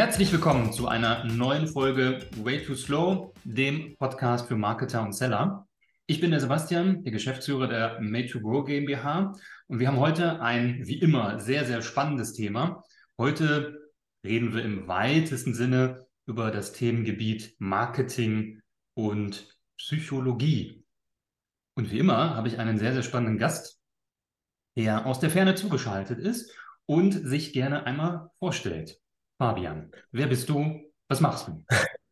Herzlich willkommen zu einer neuen Folge Way Too Slow, dem Podcast für Marketer und Seller. Ich bin der Sebastian, der Geschäftsführer der Made to Grow GmbH, und wir haben heute ein, wie immer, sehr, sehr spannendes Thema. Heute reden wir im weitesten Sinne über das Themengebiet Marketing und Psychologie. Und wie immer habe ich einen sehr, sehr spannenden Gast, der aus der Ferne zugeschaltet ist und sich gerne einmal vorstellt. Fabian, wer bist du? Was machst du?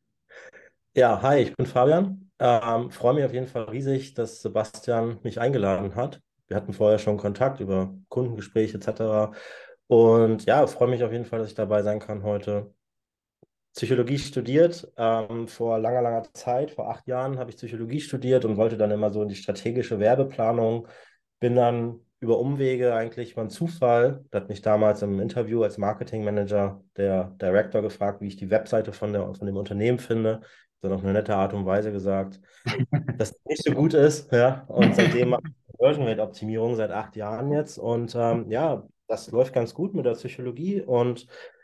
Ja, hi, ich bin Fabian. Freue mich auf jeden Fall riesig, dass Sebastian mich eingeladen hat. Wir hatten vorher schon Kontakt über Kundengespräche etc. Und ja, freue mich auf jeden Fall, dass ich dabei sein kann heute. Psychologie studiert, vor langer, langer Zeit, vor 8 Jahren habe ich Psychologie studiert und wollte dann immer so in die strategische Werbeplanung. Bin dann über Umwege, eigentlich über einen Zufall, da hat mich damals im Interview als Marketingmanager der Director gefragt, wie ich die Webseite von dem Unternehmen finde. Dann auf eine nette Art und Weise gesagt, dass es nicht so gut ist. Ja? Und seitdem mache ich Conversion Rate Optimierung seit 8 Jahren jetzt. Und ja, das läuft ganz gut mit der Psychologie. Und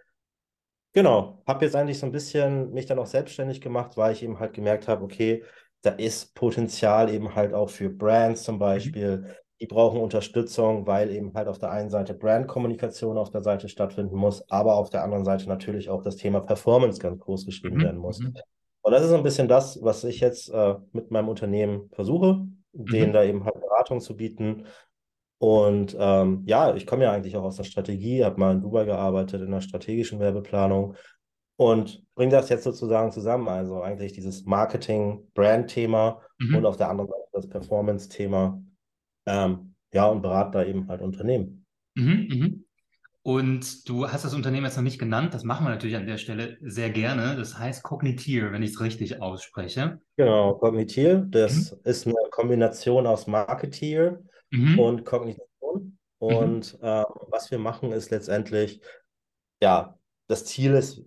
genau, habe jetzt eigentlich so ein bisschen mich dann auch selbstständig gemacht, weil ich eben halt gemerkt habe, okay, da ist Potenzial eben halt auch für Brands zum Beispiel. Die brauchen Unterstützung, weil eben halt auf der einen Seite Brandkommunikation auf der Seite stattfinden muss, aber auf der anderen Seite natürlich auch das Thema Performance ganz groß geschrieben werden Mhm, muss. mhm, Und das ist so ein bisschen das, was ich jetzt mit meinem Unternehmen versuche, denen mhm, da eben halt Beratung zu bieten. Und ja, ich komme ja eigentlich auch aus der Strategie, habe mal in Dubai gearbeitet, in der strategischen Werbeplanung und bringe das jetzt sozusagen zusammen. Also eigentlich dieses Marketing-Brand-Thema und mhm, auf der anderen Seite das Performance-Thema. Ja, und berate da eben halt Unternehmen. mhm, mhm. Und du hast das Unternehmen jetzt noch nicht genannt. Das machen wir natürlich an der Stelle sehr gerne. Das heißt Cognitier, wenn ich es richtig ausspreche. Genau, Cognitiv, Mhm, das ist eine Kombination aus Marketeer mhm, und Kognition. mhm, Und was wir machen, ist letztendlich, ja, das Ziel ist,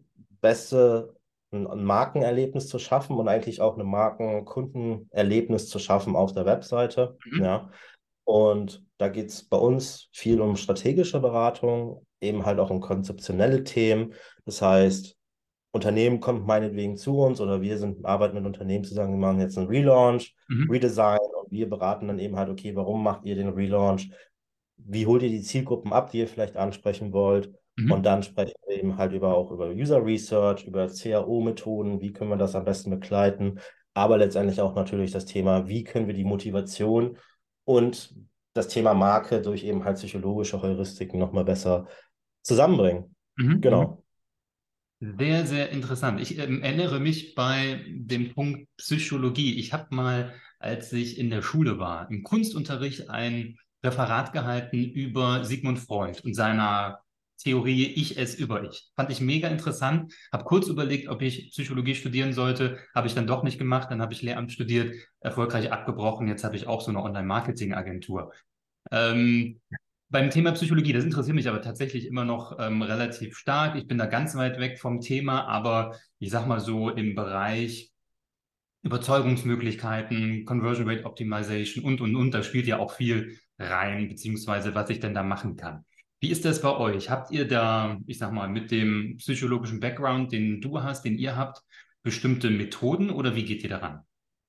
ein Markenerlebnis zu schaffen und eigentlich auch eine Markenkundenerlebnis zu schaffen auf der Webseite. mhm, Ja. Und da geht es bei uns viel um strategische Beratung, eben halt auch um konzeptionelle Themen. Das heißt, Unternehmen kommt meinetwegen zu uns oder arbeiten mit Unternehmen zusammen, die machen jetzt einen Relaunch, mhm, Redesign und wir beraten dann eben halt, okay, warum macht ihr den Relaunch? Wie holt ihr die Zielgruppen ab, die ihr vielleicht ansprechen wollt? Und mhm, dann sprechen wir eben halt auch über User Research, über CRO-Methoden, wie können wir das am besten begleiten, aber letztendlich auch natürlich das Thema, wie können wir die Motivation und das Thema Marke durch eben halt psychologische Heuristiken nochmal besser zusammenbringen. mhm, mhm. Genau. Sehr, sehr interessant. Ich erinnere mich bei dem Punkt Psychologie. Ich habe mal, als ich in der Schule war, im Kunstunterricht ein Referat gehalten über Sigmund Freud und seiner Theorie Ich, es, über Ich. Fand ich mega interessant. Habe kurz überlegt, ob ich Psychologie studieren sollte. Habe ich dann doch nicht gemacht. Dann habe ich Lehramt studiert, erfolgreich abgebrochen. Jetzt habe ich auch so eine Online-Marketing-Agentur. Ähm, Beim Thema Psychologie, das interessiert mich aber tatsächlich immer noch relativ stark. Ich bin da ganz weit weg vom Thema, aber ich sag mal so im Bereich Überzeugungsmöglichkeiten, Conversion Rate Optimization und, da spielt ja auch viel rein, beziehungsweise was ich denn da machen kann. Wie ist das bei euch? Habt ihr da, ich sag mal, mit dem psychologischen Background, den du hast, den ihr habt, bestimmte Methoden oder wie geht ihr daran?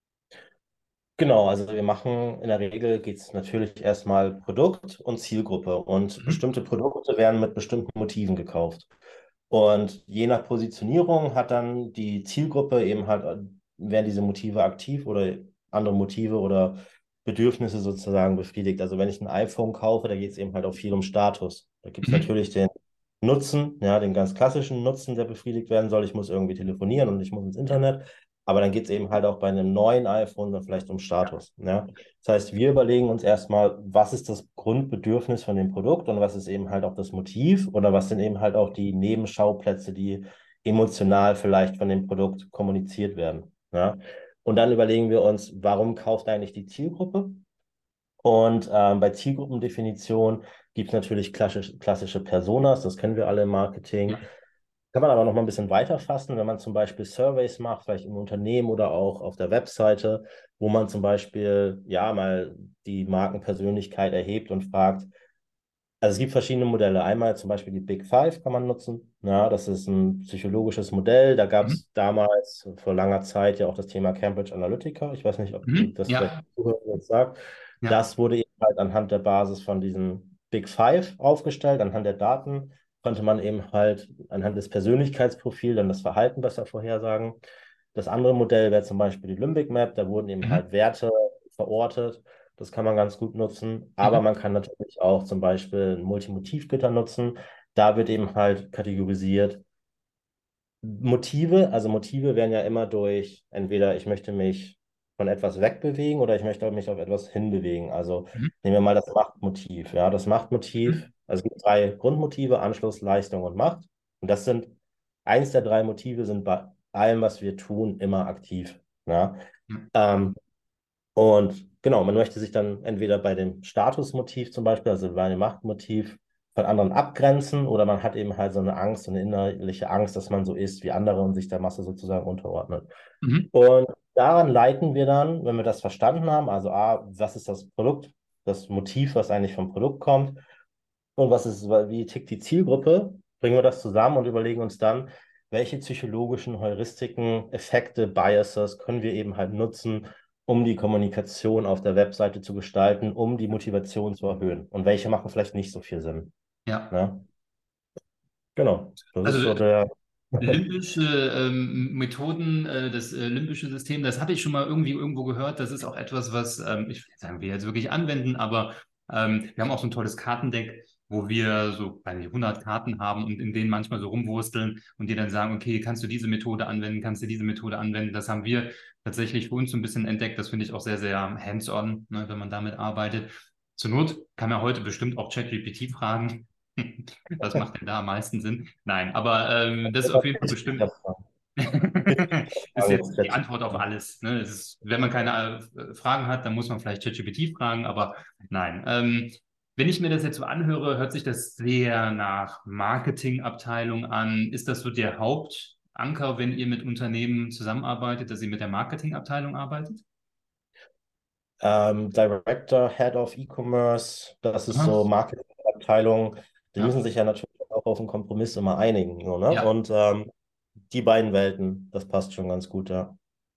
Genau, also wir machen in der Regel geht es natürlich erstmal Produkt und Zielgruppe und Mhm. bestimmte Produkte werden mit bestimmten Motiven gekauft. Und je nach Positionierung hat dann die Zielgruppe eben halt, werden diese Motive aktiv oder andere Motive oder Bedürfnisse sozusagen befriedigt. Also wenn ich ein iPhone kaufe, da geht es eben halt auch viel um Status. Da gibt es Mhm. natürlich den Nutzen, ja, den ganz klassischen Nutzen, der befriedigt werden soll. Ich muss irgendwie telefonieren und ich muss ins Internet. Aber dann geht es eben halt auch bei einem neuen iPhone dann vielleicht um Status. Ja? Das heißt, wir überlegen uns erstmal, was ist das Grundbedürfnis von dem Produkt und was ist eben halt auch das Motiv oder was sind eben halt auch die Nebenschauplätze, die emotional vielleicht von dem Produkt kommuniziert werden. Ja? Und dann überlegen wir uns, warum kauft eigentlich die Zielgruppe? Und bei Zielgruppendefinition gibt es natürlich klassische Personas, das kennen wir alle im Marketing. Ja. Kann man aber noch mal ein bisschen weiter fassen, wenn man zum Beispiel Surveys macht, vielleicht im Unternehmen oder auch auf der Webseite, wo man zum Beispiel ja mal die Markenpersönlichkeit erhebt und fragt, Also es gibt verschiedene Modelle. Einmal zum Beispiel die Big Five kann man nutzen. Ja, das ist ein psychologisches Modell. Da gab Mhm. es damals vor langer Zeit ja auch das Thema Cambridge Analytica. Ich weiß nicht, ob du Mhm. das vielleicht Ja, jetzt sagt. ja. Das wurde eben halt anhand der Basis von diesen Big Five aufgestellt. Anhand der Daten konnte man eben halt anhand des Persönlichkeitsprofils dann das Verhalten besser vorhersagen. Das andere Modell wäre zum Beispiel die Limbic Map. Da wurden eben Mhm. halt Werte verortet. Das kann man ganz gut nutzen. Aber Mhm. man kann natürlich auch zum Beispiel ein Multimotivgitter nutzen. Da wird eben halt kategorisiert Motive. Also Motive werden ja immer durch entweder ich möchte mich von etwas wegbewegen oder ich möchte mich auf etwas hinbewegen. Also Mhm. nehmen wir mal das Machtmotiv. Ja, das Machtmotiv, Mhm. also es gibt drei Grundmotive, Anschluss, Leistung und Macht. Und das sind, eins der drei Motive sind bei allem, was wir tun, immer aktiv. Ja? Mhm. Ähm, und genau, man möchte sich dann entweder bei dem Statusmotiv zum Beispiel, also bei dem Machtmotiv, von anderen abgrenzen oder man hat eben halt so eine Angst, so eine innerliche Angst, dass man so ist wie andere und sich der Masse sozusagen unterordnet. Mhm. Und daran leiten wir dann, wenn wir das verstanden haben, also A, was ist das Produkt, das Motiv, was eigentlich vom Produkt kommt und was ist, wie tickt die Zielgruppe, bringen wir das zusammen und überlegen uns dann, welche psychologischen Heuristiken, Effekte, Biases können wir eben halt nutzen, um die Kommunikation auf der Webseite zu gestalten, um die Motivation zu erhöhen. Und welche machen vielleicht nicht so viel Sinn. Ja. Ne? Genau, das ist Also so der. limbische Methoden, das limbische System, das habe ich schon mal irgendwie irgendwo gehört. Das ist auch etwas, was ich will nicht sagen, wir jetzt wirklich anwenden, aber wir haben auch so ein tolles Kartendeck, wo wir so weiß nicht, 100 Karten haben und in denen manchmal so rumwursteln und die dann sagen, okay, kannst du diese Methode anwenden, kannst du diese Methode anwenden. Das haben wir tatsächlich für uns so ein bisschen entdeckt. Das finde ich auch sehr, sehr hands-on, ne, wenn man damit arbeitet. Zur Not kann man heute bestimmt auch ChatGPT fragen. Was macht denn da am meisten Sinn? Nein, aber das ist auf jeden Fall bestimmt, ist jetzt die Antwort auf alles. Ne? Es ist, wenn man keine Fragen hat, dann muss man vielleicht ChatGPT fragen, aber nein. Wenn ich mir das jetzt so anhöre, hört sich das sehr nach Marketingabteilung an. Ist das so der Hauptanker, wenn ihr mit Unternehmen zusammenarbeitet, dass ihr mit der Marketingabteilung arbeitet? Director, Head of E-Commerce, das ist Aha. so Marketingabteilung. Die Ja. müssen sich ja natürlich auch auf einen Kompromiss immer einigen. So, ne? Ja. Und die beiden Welten, das passt schon ganz gut, ja.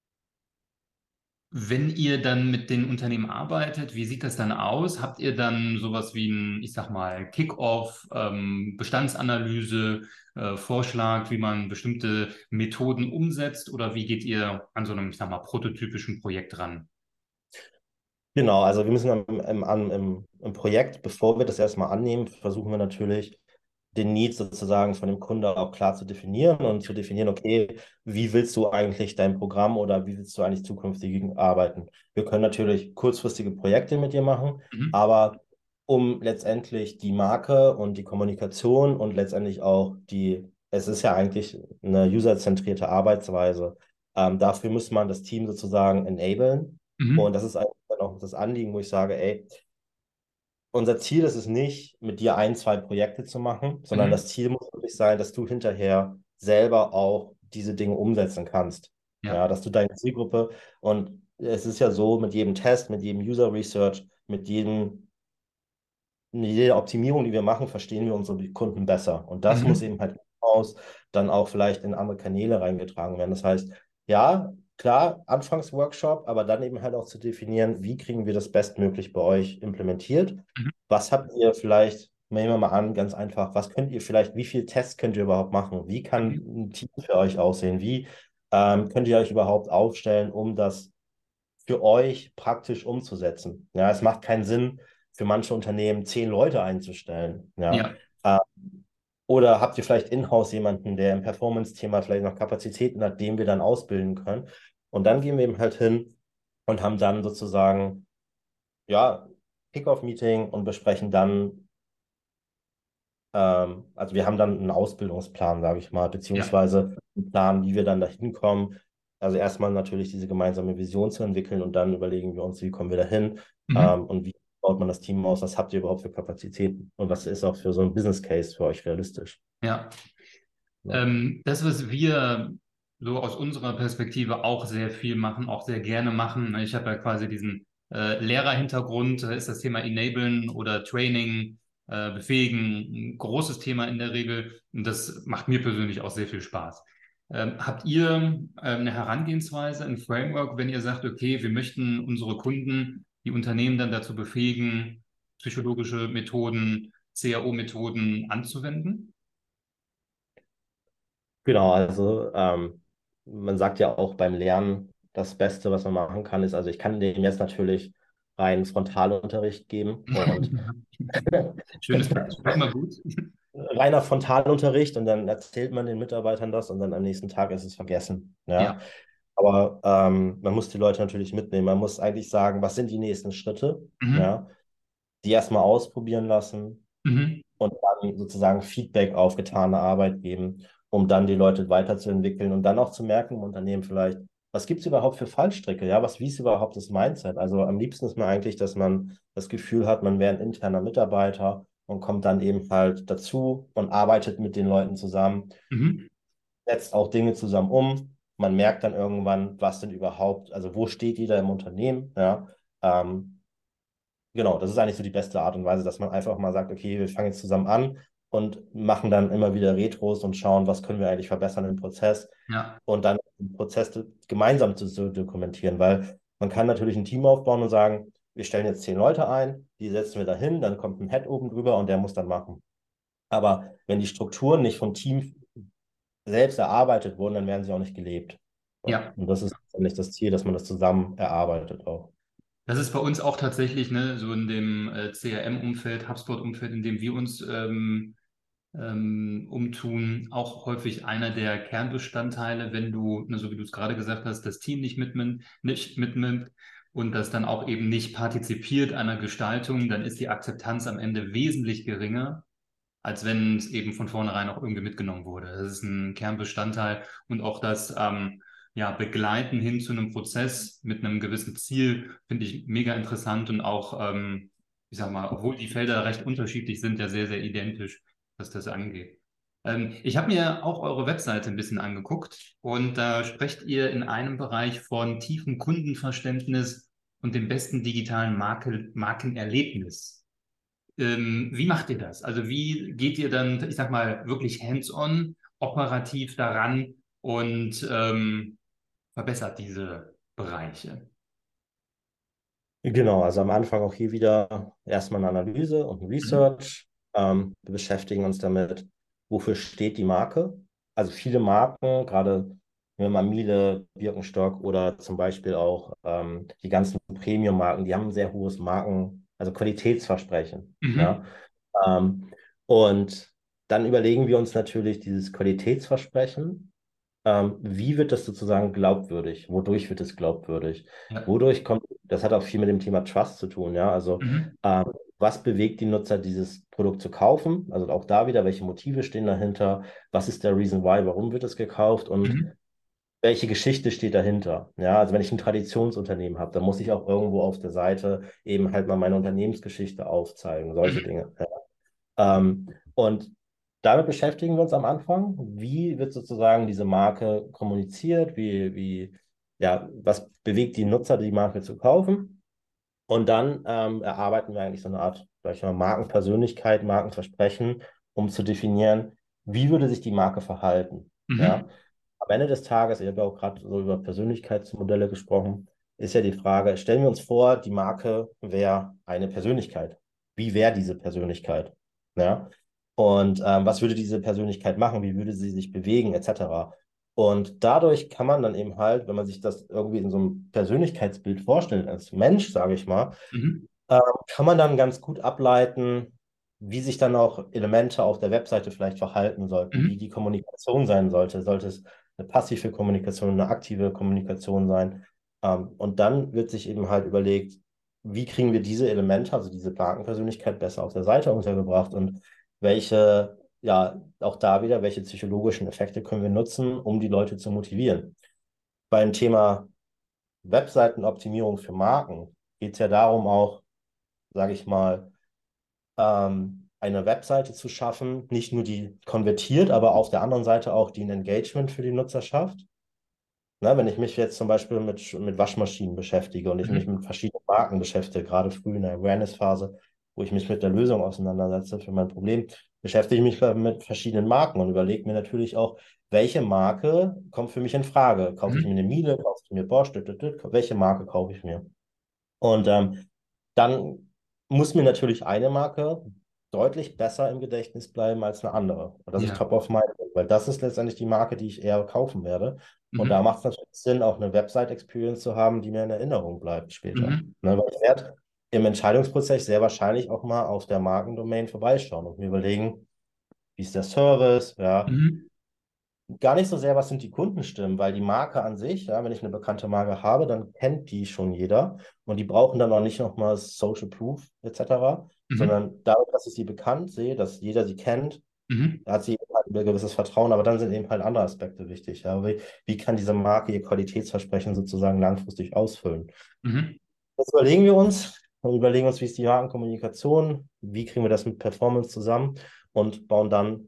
Wenn ihr dann mit den Unternehmen arbeitet, wie sieht das dann aus? Habt ihr dann sowas wie ein, ich sag mal, Kick-off, Bestandsanalyse, Vorschlag, wie man bestimmte Methoden umsetzt oder wie geht ihr an so einem, ich sag mal, prototypischen Projekt ran? Genau, also wir müssen im Projekt, bevor wir das erstmal annehmen, versuchen wir natürlich, den Need sozusagen von dem Kunde auch klar zu definieren und zu definieren, okay, wie willst du eigentlich dein Programm oder wie willst du eigentlich zukünftig arbeiten? Wir können natürlich kurzfristige Projekte mit dir machen, Mhm. aber um letztendlich die Marke und die Kommunikation und letztendlich auch es ist ja eigentlich eine userzentrierte Arbeitsweise. Dafür muss man das Team sozusagen enablen. Und Mhm. das ist eigentlich dann auch das Anliegen, wo ich sage, ey, unser Ziel ist es nicht, mit dir ein, zwei Projekte zu machen, sondern Mhm. das Ziel muss wirklich sein, dass du hinterher selber auch diese Dinge umsetzen kannst. Ja. Ja, dass du deine Zielgruppe und es ist ja so, mit jedem Test, mit jedem User Research, mit jeder Optimierung, die wir machen, verstehen wir unsere Kunden besser. Und das muss Mhm. eben halt aus dann auch vielleicht in andere Kanäle reingetragen werden. Das heißt, ja, klar, Anfangsworkshop, aber dann eben halt auch zu definieren, wie kriegen wir das bestmöglich bei euch implementiert? Mhm. Was habt ihr vielleicht, nehmen wir mal an, ganz einfach, was könnt ihr vielleicht, wie viele Tests könnt ihr überhaupt machen? Wie kann Mhm. ein Team für euch aussehen? Wie könnt ihr euch überhaupt aufstellen, um das für euch praktisch umzusetzen? Ja, es macht keinen Sinn, für manche Unternehmen 10 Leute einzustellen. Ja, Ja. äh, oder habt ihr vielleicht in-house jemanden, der im Performance-Thema vielleicht noch Kapazitäten hat, den wir dann ausbilden können? Und dann gehen wir eben halt hin und haben dann sozusagen, ja, Kick-Off-Meeting und besprechen dann, also wir haben dann einen Ausbildungsplan, sage ich mal, Ja. beziehungsweise einen Plan, wie wir dann dahin kommen. Also erstmal natürlich diese gemeinsame Vision zu entwickeln und dann überlegen wir uns, wie kommen wir dahin, Mhm. und wie baut man das Team aus, was habt ihr überhaupt für Kapazitäten und was ist auch für so ein Business Case für euch realistisch. Ja. Ja. Das, was wir so aus unserer Perspektive auch sehr viel machen, auch sehr gerne machen, ich habe ja quasi diesen Lehrerhintergrund, da ist das Thema Enablen oder Training, befähigen. Ein großes Thema in der Regel und das macht mir persönlich auch sehr viel Spaß. Habt ihr eine Herangehensweise, ein Framework, wenn ihr sagt, okay, wir möchten unsere Kunden, die Unternehmen dann dazu befähigen, psychologische Methoden, CAO-Methoden anzuwenden? Genau, also man sagt ja auch beim Lernen, das Beste, was man machen kann, ist, also ich kann dem jetzt natürlich rein Frontalunterricht geben und Schönes Beispiel, immer gut. reiner Frontalunterricht und dann erzählt man den Mitarbeitern das und dann am nächsten Tag ist es vergessen. Ja? Ja. Aber man muss die Leute natürlich mitnehmen. Man muss eigentlich sagen, was sind die nächsten Schritte? Mhm. Ja? Die erstmal ausprobieren lassen Mhm. und dann sozusagen Feedback auf getane Arbeit geben, um dann die Leute weiterzuentwickeln und dann auch zu merken im Unternehmen vielleicht, was gibt es überhaupt für Fallstricke? Ja, wie ist überhaupt das Mindset? Also am liebsten ist mir eigentlich, dass man das Gefühl hat, man wäre ein interner Mitarbeiter und kommt dann eben halt dazu und arbeitet mit den Leuten zusammen, Mhm. setzt auch Dinge zusammen um. Man merkt dann irgendwann, was denn überhaupt, also wo steht jeder im Unternehmen, ja. Genau, das ist eigentlich so die beste Art und Weise, dass man einfach mal sagt, okay, wir fangen jetzt zusammen an und machen dann immer wieder Retros und schauen, was können wir eigentlich verbessern im Prozess Ja. und dann den Prozess gemeinsam zu dokumentieren, weil man kann natürlich ein Team aufbauen und sagen, wir stellen jetzt 10 Leute ein, die setzen wir dahin, dann kommt ein Head oben drüber und der muss dann machen. Aber wenn die Strukturen nicht vom Team selbst erarbeitet wurden, dann werden sie auch nicht gelebt. So. Ja. Und das ist eigentlich das Ziel, dass man das zusammen erarbeitet auch. Das ist bei uns auch tatsächlich, ne, so in dem CRM-Umfeld, HubSpot-Umfeld, in dem wir uns umtun, auch häufig einer der Kernbestandteile, wenn du, ne, so wie du es gerade gesagt hast, das Team nicht mitnimmt und das dann auch eben nicht partizipiert an der Gestaltung, dann ist die Akzeptanz am Ende wesentlich geringer, als wenn es eben von vornherein auch irgendwie mitgenommen wurde. Das ist ein Kernbestandteil und auch das ja, Begleiten hin zu einem Prozess mit einem gewissen Ziel finde ich mega interessant und auch, ich sag mal, obwohl die Felder recht unterschiedlich sind, ja sehr, sehr identisch, was das angeht. Ich habe mir auch eure Webseite ein bisschen angeguckt und da sprecht ihr in einem Bereich von tiefem Kundenverständnis und dem besten digitalen Markenerlebnis. Wie macht ihr das? Also wie geht ihr dann, ich sag mal, wirklich hands-on, operativ daran und verbessert diese Bereiche? Genau, also am Anfang auch hier wieder erstmal eine Analyse und ein Mhm. Research. Wir beschäftigen uns damit, wofür steht die Marke. Also viele Marken, gerade nehmen wir mal Miele, Birkenstock oder zum Beispiel auch die ganzen Premium-Marken, die haben ein sehr hohes also Qualitätsversprechen. Ja? Mhm. Ähm, und dann überlegen wir uns natürlich dieses Qualitätsversprechen. Wie wird das sozusagen glaubwürdig? Wodurch wird es glaubwürdig? Ja. Wodurch kommt, das hat auch viel mit dem Thema Trust zu tun, ja. Also, Mhm. was bewegt die Nutzer, dieses Produkt zu kaufen? Also auch da wieder, welche Motive stehen dahinter? Was ist der Reason why? Warum wird es gekauft? Und Mhm. welche Geschichte steht dahinter? Ja, also wenn ich ein Traditionsunternehmen habe, dann muss ich auch irgendwo auf der Seite eben halt mal meine Unternehmensgeschichte aufzeigen, solche Mhm. Dinge. Ja. Und damit beschäftigen wir uns am Anfang. Wie wird sozusagen diese Marke kommuniziert? Ja, was bewegt die Nutzer, die Marke zu kaufen? Und dann erarbeiten wir eigentlich so eine Art, sag ich mal, Markenpersönlichkeit, Markenversprechen, um zu definieren, wie würde sich die Marke verhalten? Mhm. Ja? Am Ende des Tages, ich habe ja auch gerade so über Persönlichkeitsmodelle gesprochen, ist ja die Frage, stellen wir uns vor, die Marke wäre eine Persönlichkeit. Wie wäre diese Persönlichkeit? Ja? Und was würde diese Persönlichkeit machen? Wie würde sie sich bewegen, etc. Und dadurch kann man dann eben halt, wenn man sich das irgendwie in so einem Persönlichkeitsbild vorstellt, als Mensch, sage ich mal, Mhm. kann man dann ganz gut ableiten, wie sich dann auch Elemente auf der Webseite vielleicht verhalten sollten, wie Mhm. die Kommunikation sein sollte. Sollte es eine passive Kommunikation, eine aktive Kommunikation sein? Und dann wird sich eben halt überlegt, wie kriegen wir diese Elemente, also diese Markenpersönlichkeit, besser auf der Seite untergebracht und welche, ja, auch da wieder, welche psychologischen Effekte können wir nutzen, um die Leute zu motivieren. Beim Thema Webseitenoptimierung für Marken geht es ja darum auch, sage ich mal, eine Webseite zu schaffen, nicht nur die konvertiert, aber auf der anderen Seite auch die ein Engagement für die Nutzer schafft. Na, wenn ich mich jetzt zum Beispiel mit Waschmaschinen beschäftige und ich mich Mhm. mit verschiedenen Marken beschäftige, gerade früh in der Awareness-Phase, wo ich mich mit der Lösung auseinandersetze für mein Problem, beschäftige ich mich mit verschiedenen Marken und überlege mir natürlich auch, welche Marke kommt für mich in Frage. Kaufe ich mir Mhm. eine Miele, kaufe ich mir Bosch, welche Marke kaufe ich mir? Und dann muss mir natürlich eine Marke deutlich besser im Gedächtnis bleiben als eine andere. Und das ist Ja. Top of Mind, weil das ist letztendlich die Marke, die ich eher kaufen werde. Und da Mhm. macht es natürlich Sinn, auch eine Website-Experience zu haben, die mir in Erinnerung bleibt später. Mhm. Ne, weil ich werde im Entscheidungsprozess sehr wahrscheinlich auch mal auf der Markendomain vorbeischauen und mir überlegen, wie ist der Service, ja, Mhm. gar nicht so sehr, was sind die Kundenstimmen, weil die Marke an sich, ja, wenn ich eine bekannte Marke habe, dann kennt die schon jeder und die brauchen dann auch nicht nochmal Social Proof etc., Mhm. sondern dadurch, dass ich sie bekannt sehe, dass jeder sie kennt, Mhm. hat sie halt ein gewisses Vertrauen, aber dann sind eben halt andere Aspekte wichtig. Ja. Wie kann diese Marke ihr Qualitätsversprechen sozusagen langfristig ausfüllen? Mhm. Das überlegen wir uns und überlegen uns, wie ist die Markenkommunikation, wie kriegen wir das mit Performance zusammen und bauen dann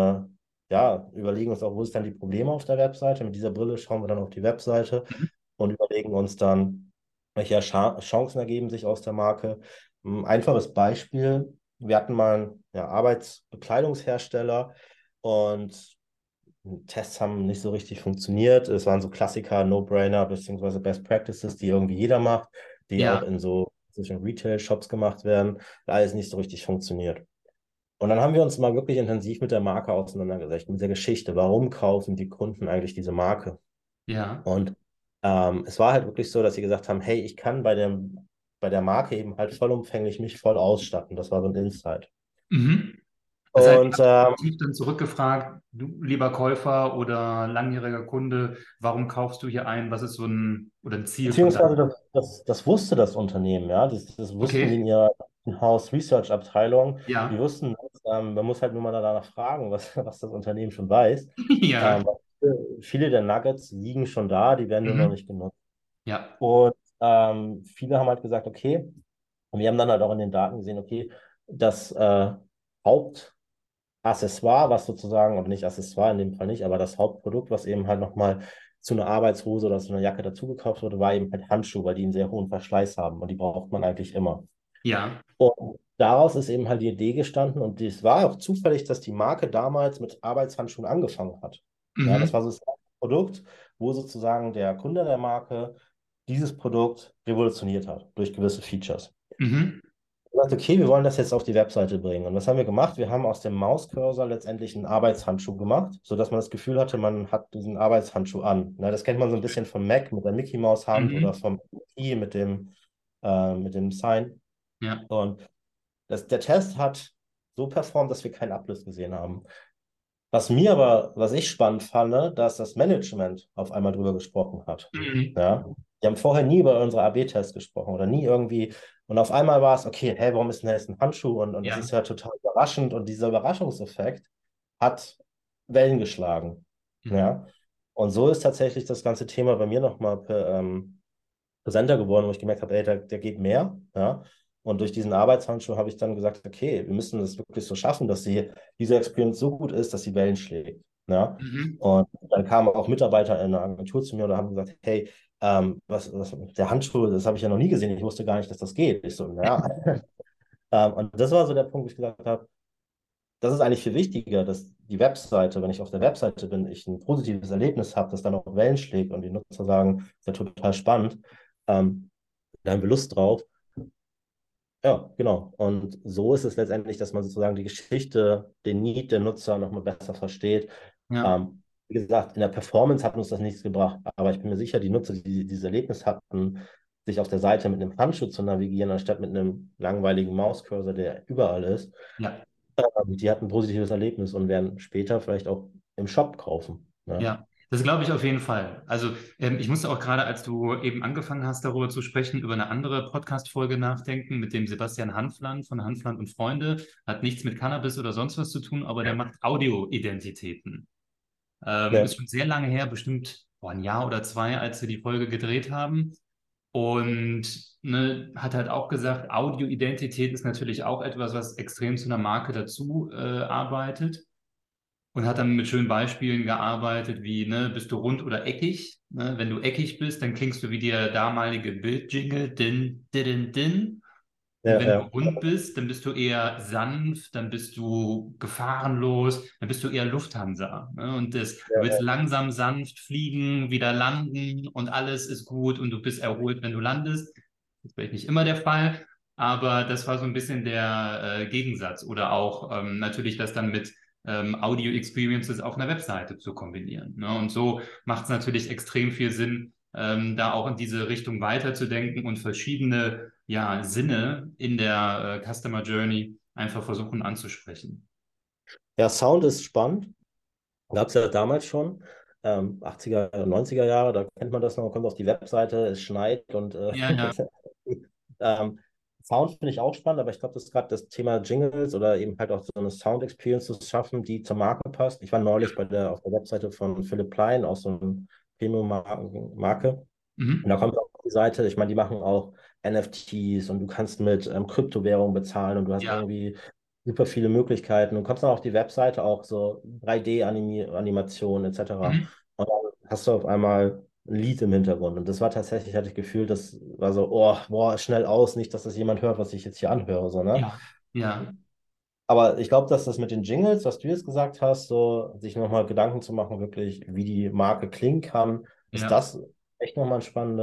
überlegen uns auch, wo ist dann die Probleme auf der Webseite. Mit dieser Brille schauen wir dann auf die Webseite Mhm. und überlegen uns dann, welche Chancen ergeben sich aus der Marke. Ein einfaches Beispiel, wir hatten mal einen Arbeitsbekleidungshersteller und Tests haben nicht so richtig funktioniert. Es waren so Klassiker, No-Brainer beziehungsweise Best Practices, die irgendwie jeder macht, die auch Ja. in so zwischen Retail-Shops gemacht werden, da alles nicht so richtig funktioniert. Und dann haben wir uns mal wirklich intensiv mit der Marke auseinandergesetzt, mit der Geschichte. Warum kaufen die Kunden eigentlich diese Marke? Ja. Und es war halt wirklich so, dass sie gesagt haben, hey, ich kann bei der Marke eben halt vollumfänglich mich voll ausstatten. Das war so ein Insight. Mhm. Das heißt, ihr Und habt aktiv dann zurückgefragt, du lieber Käufer oder langjähriger Kunde, warum kaufst du hier ein? Was ist so ein Ziel von beziehungsweise deinem? das wusste das Unternehmen, ja. Das wussten die Okay. in ihrer House Research Abteilung. Die Ja. wussten, man muss halt nur mal danach fragen, was das Unternehmen schon weiß. Ja. Viele der Nuggets liegen schon da, die werden nur noch Mhm. nicht genutzt. Ja. Und viele haben halt gesagt, okay, und wir haben dann halt auch in den Daten gesehen, okay, das Hauptaccessoire, was sozusagen, oder nicht Accessoire in dem Fall nicht, aber das Hauptprodukt, was eben halt nochmal zu einer Arbeitshose oder zu einer Jacke dazugekauft wurde, war eben halt Handschuhe, weil die einen sehr hohen Verschleiß haben und die braucht man eigentlich immer. Ja. Und daraus ist eben halt die Idee gestanden und es war auch zufällig, dass die Marke damals mit Arbeitshandschuhen angefangen hat. Ja, das Mhm. war so das erste Produkt, wo sozusagen der Kunde der Marke dieses Produkt revolutioniert hat durch gewisse Features. Mhm. Wir haben gesagt, okay, wir wollen das jetzt auf die Webseite bringen. Und was haben wir gemacht? Wir haben aus dem Mauscursor letztendlich einen Arbeitshandschuh gemat, sodass man das Gefühl hatte, man hat diesen Arbeitshandschuh an. Na, das kennt man so ein bisschen vom Mac mit der Mickey Maus Hand oder Mhm. vom Key mit dem Sign. Ja. Und der Test hat so performt, dass wir keinen Abriss gesehen haben. Was ich spannend fand, ne, dass das Management auf einmal drüber gesprochen hat. Mhm. Ja. Die haben vorher nie über unsere AB-Tests gesprochen oder nie irgendwie. Und auf einmal war es, okay, hey, warum ist denn jetzt ein Handschuh? Und das ist Ja. ja total überraschend. Und dieser Überraschungseffekt hat Wellen geschlagen. Mhm. Ja. Und so ist tatsächlich das ganze Thema bei mir nochmal präsenter geworden, wo ich gemerkt habe, ey, der geht mehr. Ja. Und durch diesen Arbeitshandschuh habe ich dann gesagt, okay, wir müssen das wirklich so schaffen, dass diese Experience so gut ist, dass sie Wellen schlägt. Ja. Mhm. Und dann kamen auch Mitarbeiter in einer Agentur zu mir und haben gesagt, hey, der Handschuh, das habe ich ja noch nie gesehen, ich wusste gar nicht, dass das geht. Ich so, naja. Und das war so der Punkt, wo ich gesagt habe, das ist eigentlich viel wichtiger, dass die Webseite, wenn ich auf der Webseite bin, ich ein positives Erlebnis habe, das dann auch Wellen schlägt und die Nutzer sagen, das ist ja total spannend. Da haben wir Lust drauf. Ja, genau. Und so ist es letztendlich, dass man sozusagen die Geschichte, den Need der Nutzer nochmal besser versteht. Ja. Wie gesagt, in der Performance hat uns das nichts gebracht, aber ich bin mir sicher, die Nutzer, die dieses Erlebnis hatten, sich auf der Seite mit einem Handschuh zu navigieren, anstatt mit einem langweiligen Mauscursor, der überall ist, Ja. die hatten ein positives Erlebnis und werden später vielleicht auch im Shop kaufen. Ja, Ja, das glaube ich auf jeden Fall. Also ich musste auch gerade, als du eben angefangen hast, darüber zu sprechen, über eine andere Podcast-Folge nachdenken mit dem Sebastian Hanfland von Hanfland und Freunde. Hat nichts mit Cannabis oder sonst was zu tun, aber der macht Audio-Identitäten. Ist ja, schon sehr lange her, bestimmt ein Jahr oder zwei, als wir die Folge gedreht haben. Und ne, hat halt auch gesagt, Audio-Identität ist natürlich auch etwas, was extrem zu einer Marke dazu arbeitet. Und hat dann mit schönen Beispielen gearbeitet, wie, ne, bist du rund oder eckig? Ne? Wenn du eckig bist, dann klingst du wie der damalige Bildjingle, din, din, din. Und Ja, wenn du ja, rund bist, dann bist du eher sanft, dann bist du gefahrenlos, dann bist du eher Lufthansa. Ne? Und du willst ja. langsam sanft fliegen, wieder landen und alles ist gut und du bist erholt, wenn du landest. Das ist vielleicht nicht immer der Fall, aber das war so ein bisschen der Gegensatz. Oder auch natürlich das dann mit Audio Experiences auf einer Webseite zu kombinieren. Ne? Und so macht es natürlich extrem viel Sinn, da auch in diese Richtung weiterzudenken und verschiedene ja, Sinne in der Customer Journey einfach versuchen anzusprechen. Ja, Sound ist spannend. Gab es ja damals schon. 80er, 90er Jahre, da kennt man das noch, man kommt auf die Webseite, es schneit und Ja, ja. ähm, Sound finde ich auch spannend, aber ich glaube, das ist gerade das Thema Jingles oder eben halt auch so eine Sound Experience zu schaffen, die zur Marke passt. Ich war neulich auf der Webseite von Philipp Plein, auch so eine Premium-Marke. Und Mhm. da kommt auch auf die Seite, ich meine, die machen auch NFTs und du kannst mit Kryptowährungen bezahlen und du hast Ja. irgendwie super viele Möglichkeiten. Du kommst dann auf die Webseite auch so 3D-Animationen etc. Mhm. Und dann hast du auf einmal ein Lied im Hintergrund. Und das war tatsächlich, hatte ich Gefühl, das war so, oh, boah, schnell aus, nicht, dass das jemand hört, was ich jetzt hier anhöre, so, ne? Ja. Ja. Aber ich glaube, dass das mit den Jingles, was du jetzt gesagt hast, so sich nochmal Gedanken zu machen, wirklich, wie die Marke klingen kann, dass Ja. das echt nochmal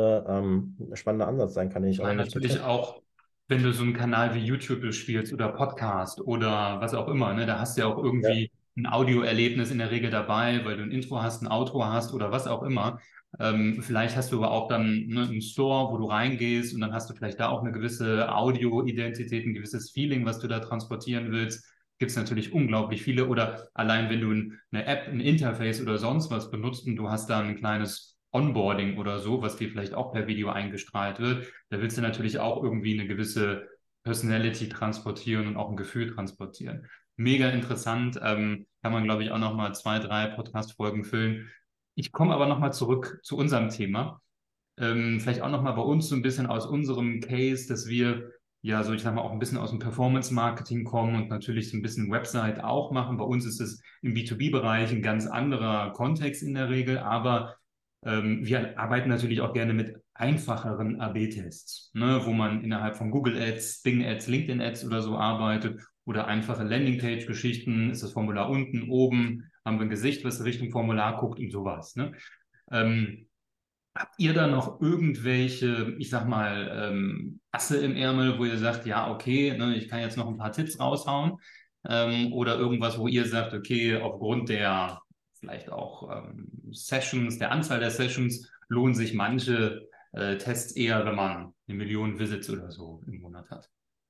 ein spannender Ansatz sein kann, den ich auch Weil noch nicht natürlich getestet habe. auch, wenn du so einen Kanal wie YouTube bespielst oder Podcast oder was auch immer, ne, da hast du ja auch Ja, irgendwie ein Audioerlebnis in der Regel dabei, weil du ein Intro hast, ein Outro hast oder was auch immer. Vielleicht hast du aber auch dann ne, einen Store, wo du reingehst und dann hast du vielleicht da auch eine gewisse Audio-Identität, ein gewisses Feeling, was du da transportieren willst. Gibt es natürlich unglaublich viele. Oder allein wenn du eine App, ein Interface oder sonst was benutzt und du hast da ein kleines Onboarding oder so, was dir vielleicht auch per Video eingestrahlt wird, da willst du natürlich auch irgendwie eine gewisse Personality transportieren und auch ein Gefühl transportieren. Mega interessant, kann man, glaube ich, auch noch mal 2, 3 Podcast-Folgen füllen. Ich komme aber noch mal zurück zu unserem Thema. Vielleicht auch noch mal bei uns so ein bisschen aus unserem Case, dass wir ja so, ich sag mal, auch ein bisschen aus dem Performance-Marketing kommen und natürlich so ein bisschen Website auch machen. Bei uns ist es im B2B-Bereich ein ganz anderer Kontext in der Regel, aber wir arbeiten natürlich auch gerne mit einfacheren AB-Tests, ne, wo man innerhalb von Google Ads, Bing Ads, LinkedIn Ads oder so arbeitet oder einfache Landingpage-Geschichten. Ist das Formular unten, oben, haben wir ein Gesicht, was Richtung Formular guckt und sowas. Ne? Ähm, Habt ihr da noch irgendwelche, ich sag mal, Asse im Ärmel, wo ihr sagt, ja, okay, ne, ich kann jetzt noch ein paar Tipps raushauen? Oder irgendwas, wo ihr sagt, okay, aufgrund der vielleicht auch Sessions, der Anzahl der Sessions, lohnen sich manche Tests eher, wenn man 1 Million Visits oder so im Monat hat?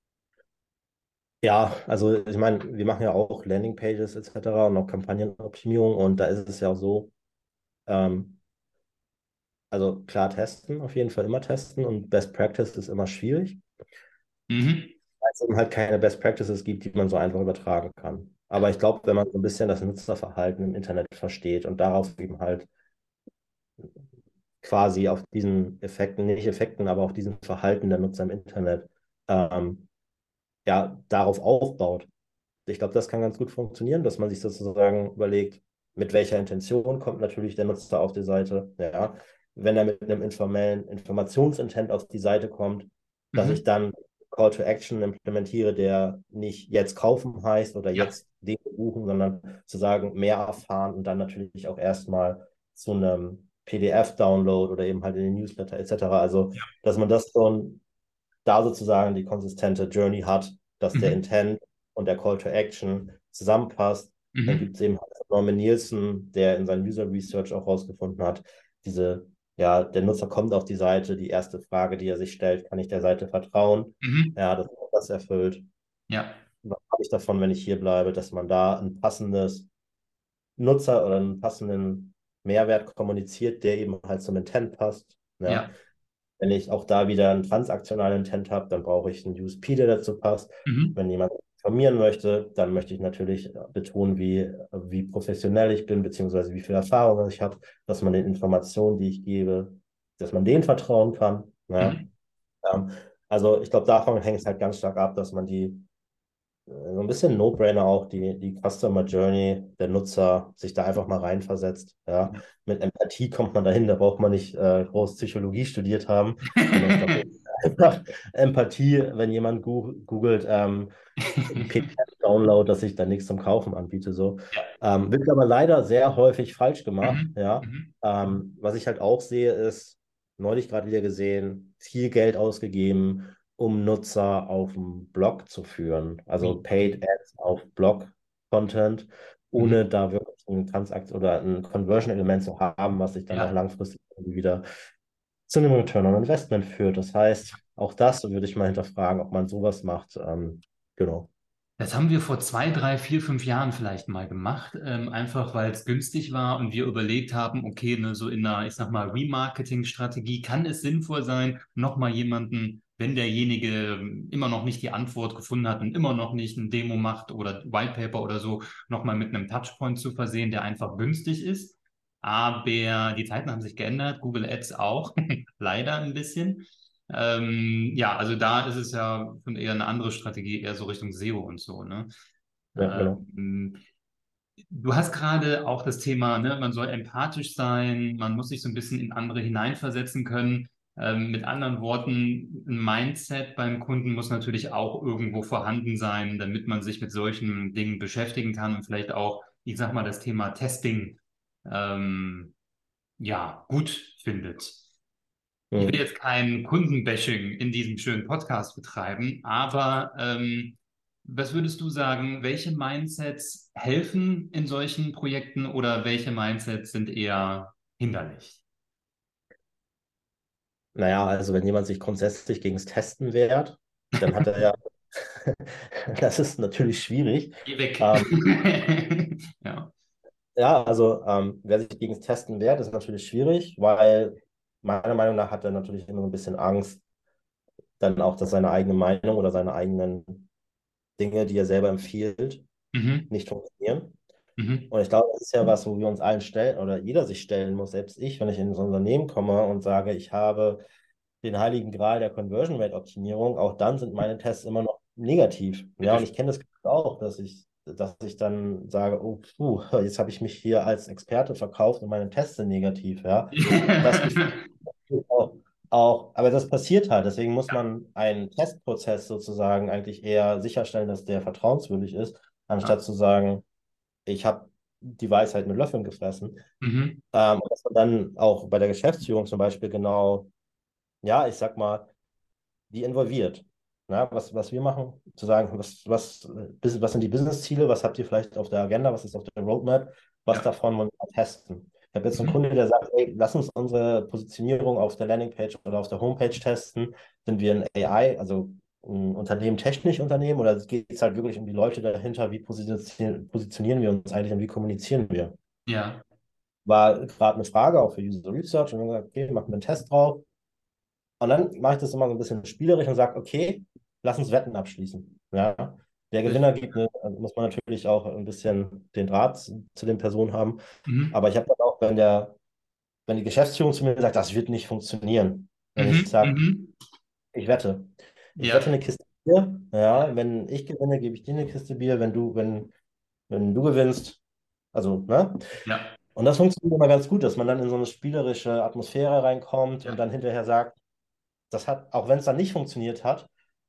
ja, also ich meine, wir machen ja auch Landingpages etc. und auch Kampagnenoptimierung und da ist es ja auch so, ähm, also klar testen, auf jeden Fall immer testen und Best Practice ist immer schwierig, Mhm. weil es eben halt keine Best Practices gibt, die man so einfach übertragen kann. Aber ich glaube, wenn man so ein bisschen das Nutzerverhalten im Internet versteht und darauf eben halt quasi auf diesen Effekten, nicht Effekten, aber auf diesem Verhalten der Nutzer im Internet, ähm, ja, darauf aufbaut. Ich glaube, das kann ganz gut funktionieren, dass man sich sozusagen überlegt, mit welcher Intention kommt natürlich der Nutzer auf die Seite. Ja, wenn er mit einem informellen Informationsintent auf die Seite kommt, dass ich Mhm. dann Call to Action implementiere, der nicht jetzt kaufen heißt oder Ja. jetzt Dinge buchen, sondern zu sagen, mehr erfahren und dann natürlich auch erstmal zu einem PDF-Download oder eben halt in den Newsletter etc. Also, Ja. dass man das schon da sozusagen die konsistente Journey hat, dass der Mhm. Intent und der Call to Action zusammenpasst. Dann Mhm. gibt es eben halt Norman Nielsen, der in seinem User Research auch herausgefunden hat, ja, der Nutzer kommt auf die Seite, die erste Frage, die er sich stellt, kann ich der Seite vertrauen? Mhm. Ja, das erfüllt. Ja. Was habe ich davon, wenn ich hier bleibe, dass man da ein passendes Nutzer oder einen passenden Mehrwert kommuniziert, der eben halt zum Intent passt. Ja, Ja. wenn ich auch da wieder einen transaktionalen Intent habe, dann brauche ich einen USP, der dazu passt. Mhm. Wenn jemand informieren möchte, dann möchte ich natürlich betonen, wie professionell ich bin, beziehungsweise wie viel Erfahrung ich habe, dass man den Informationen, die ich gebe, dass man denen vertrauen kann. Ja. Mhm. Also ich glaube, davon hängt es halt ganz stark ab, dass man so ein bisschen No-Brainer auch, die Customer Journey der Nutzer sich da einfach mal reinversetzt. Ja. Ja. Mit Empathie kommt man dahin, da braucht man nicht groß Psychologie studiert haben, sondern ich glaube, einfach Empathie, wenn jemand googelt, PDF-Download, dass ich da nichts zum Kaufen anbiete. So. Ja. Wird aber leider sehr häufig falsch gemacht. Mhm. Ja. Mhm. Was ich halt auch sehe, ist, neulich gerade wieder gesehen, viel Geld ausgegeben, um Nutzer auf dem Blog zu führen. Also Oh. Paid Ads auf Blog-Content, Mhm. ohne da wirklich ein Transakt oder ein Conversion-Element zu haben, was sich dann auch Ja. langfristig irgendwie wieder zu einem Return on Investment führt. Das heißt, auch das würde ich mal hinterfragen, ob man sowas macht. Genau. Das haben wir vor 2, 3, 4, 5 Jahren vielleicht mal gemacht, einfach weil es günstig war und wir überlegt haben, okay, ne, so in einer, ich sag mal, Remarketing-Strategie kann es sinnvoll sein, nochmal jemanden, wenn derjenige immer noch nicht die Antwort gefunden hat und immer noch nicht ein Demo macht oder White Paper oder so, nochmal mit einem Touchpoint zu versehen, der einfach günstig ist. Aber die Zeiten haben sich geändert, Google Ads auch, leider ein bisschen. Ja, also da ist es ja schon eher eine andere Strategie, eher so Richtung SEO und so, ne? Ja, genau. Ähm, Du hast gerade auch das Thema, ne, man soll empathisch sein, man muss sich so ein bisschen in andere hineinversetzen können. Mit anderen Worten, ein Mindset beim Kunden muss natürlich auch irgendwo vorhanden sein, damit man sich mit solchen Dingen beschäftigen kann und vielleicht auch, ich sag mal, das Thema Testing ähm, ja gut findet. Ich will Mhm. jetzt kein Kundenbashing in diesem schönen Podcast betreiben, aber was würdest du sagen, welche Mindsets helfen in solchen Projekten oder welche Mindsets sind eher hinderlich? Naja, also wenn jemand sich grundsätzlich gegen das Testen wehrt, dann hat er ja, das ist natürlich schwierig. Geh weg. Ähm, Ja. ja, also wer sich gegen das Testen wehrt, ist natürlich schwierig, weil meiner Meinung nach hat er natürlich immer so ein bisschen Angst, dann auch, dass seine eigene Meinung oder seine eigenen Dinge, die er selber empfiehlt, Mhm. nicht funktionieren. Mhm. Und ich glaube, das ist ja was, wo wir uns allen stellen oder jeder sich stellen muss, selbst ich, wenn ich in so ein Unternehmen komme und sage, ich habe den heiligen Gral der Conversion Rate Optimierung, auch dann sind meine Tests immer noch negativ. Ja, und ich Bitteschön. kenne das auch, dass ich dann sage, oh, jetzt habe ich mich hier als Experte verkauft und meine Tests sind negativ. Ja, das auch, aber das passiert halt. Deswegen muss man einen Testprozess sozusagen eigentlich eher sicherstellen, dass der vertrauenswürdig ist, Ja. anstatt zu sagen, ich habe die Weisheit mit Löffeln gefressen. Mhm. Und dass man dann auch bei der Geschäftsführung zum Beispiel genau, ja, ich sag mal, die involviert. Na, was wir machen, zu sagen, was sind die Business-Ziele, was habt ihr vielleicht auf der Agenda, was ist auf der Roadmap, was Ja. davon wollen wir testen. Ich habe jetzt einen Mhm. Kunde, der sagt, ey, lass uns unsere Positionierung auf der Landingpage oder auf der Homepage testen. Sind wir ein AI, also ein Unternehmen, technisch Unternehmen, oder geht es halt wirklich um die Leute dahinter, wie positionieren wir uns eigentlich und wie kommunizieren wir? Ja. War gerade eine Frage auch für User Research und dann gesagt, okay, machen wir einen Test drauf. Und dann mache ich das immer so ein bisschen spielerisch und sage, okay, lass uns Wetten abschließen. Ja? Der Sehr Gewinner schön. gibt eine, also muss man natürlich auch ein bisschen den Draht zu den Personen haben. Mhm. Aber ich habe dann auch, wenn die Geschäftsführung zu mir sagt, das wird nicht funktionieren, wenn ich Mhm. sage, Mhm. ich wette. Ich wette Ja. eine Kiste Bier. Ja, wenn ich gewinne, gebe ich dir eine Kiste Bier. Wenn du gewinnst, also, ne? Ja. Und das funktioniert immer ganz gut, dass man dann in so eine spielerische Atmosphäre reinkommt und Ja. dann hinterher sagt, das hat, auch wenn es dann nicht funktioniert hat,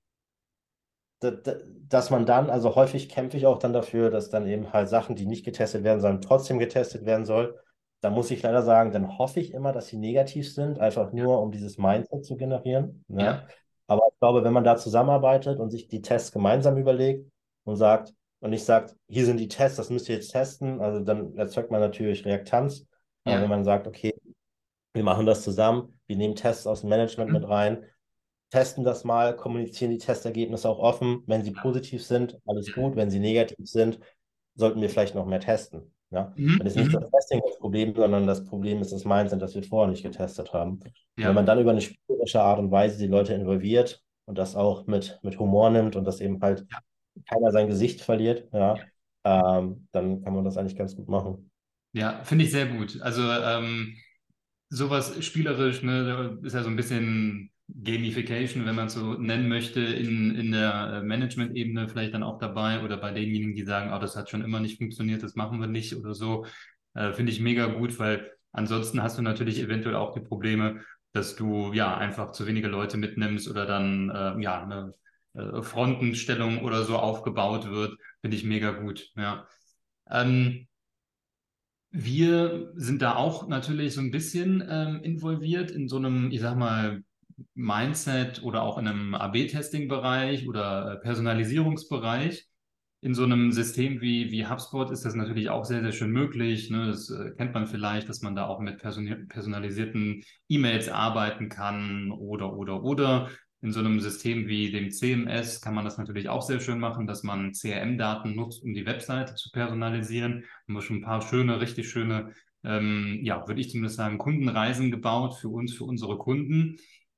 dass man dann, also häufig kämpfe ich auch dann dafür, dass dann eben halt Sachen, die nicht getestet werden sollen, trotzdem getestet werden soll. Da muss ich leider sagen, dann hoffe ich immer, dass sie negativ sind, einfach Ja. nur um dieses Mindset zu generieren. Ja. Ja. Aber ich glaube, wenn man da zusammenarbeitet und sich die Tests gemeinsam überlegt und sagt, und nicht sagt, hier sind die Tests, das müsst ihr jetzt testen, also dann erzeugt man natürlich Reaktanz. Aber wenn Ja. man sagt, okay, wir machen das zusammen, wir nehmen Tests aus dem Management mit Mhm. rein, testen das mal, kommunizieren die Testergebnisse auch offen. Wenn sie positiv sind, alles Ja. gut. Wenn sie negativ sind, sollten wir vielleicht noch mehr testen. Ja? Dann Mhm. ist nicht das Mhm. Testing das Problem, sondern das Problem ist das Mindset, das wir vorher nicht getestet haben. Und wenn man Ja. dann über eine spielerische Art und Weise die Leute involviert und das auch mit Humor nimmt und dass eben halt keiner sein Gesicht verliert, ja, dann kann man das eigentlich ganz gut machen. Ja, finde ich sehr gut. Also sowas spielerisch, ne, ist ja so ein bisschen Gamification, wenn man es so nennen möchte, in der Management-Ebene vielleicht dann auch dabei oder bei denjenigen, die sagen, oh, das hat schon immer nicht funktioniert, das machen wir nicht oder so. Finde ich mega gut, weil ansonsten hast du natürlich eventuell auch die Probleme. dass du ja einfach zu wenige Leute mitnimmst oder dann ja eine Frontenstellung oder so aufgebaut wird, finde ich mega gut. Ja. Ähm, Wir sind da auch natürlich so ein bisschen involviert in so einem, ich sag mal, Mindset oder auch in einem AB-Testing-Bereich oder Personalisierungsbereich. In so einem System wie HubSpot ist das natürlich auch sehr, sehr schön möglich. Ne? Das kennt man vielleicht, dass man da auch mit personalisierten E-Mails arbeiten kann oder. In so einem System wie dem CMS kann man das natürlich auch sehr schön machen, dass man CRM-Daten nutzt, um die Webseite zu personalisieren. Haben wir schon ein paar schöne, richtig schöne, ja, würde ich zumindest sagen, Kundenreisen gebaut für uns, für unsere Kunden.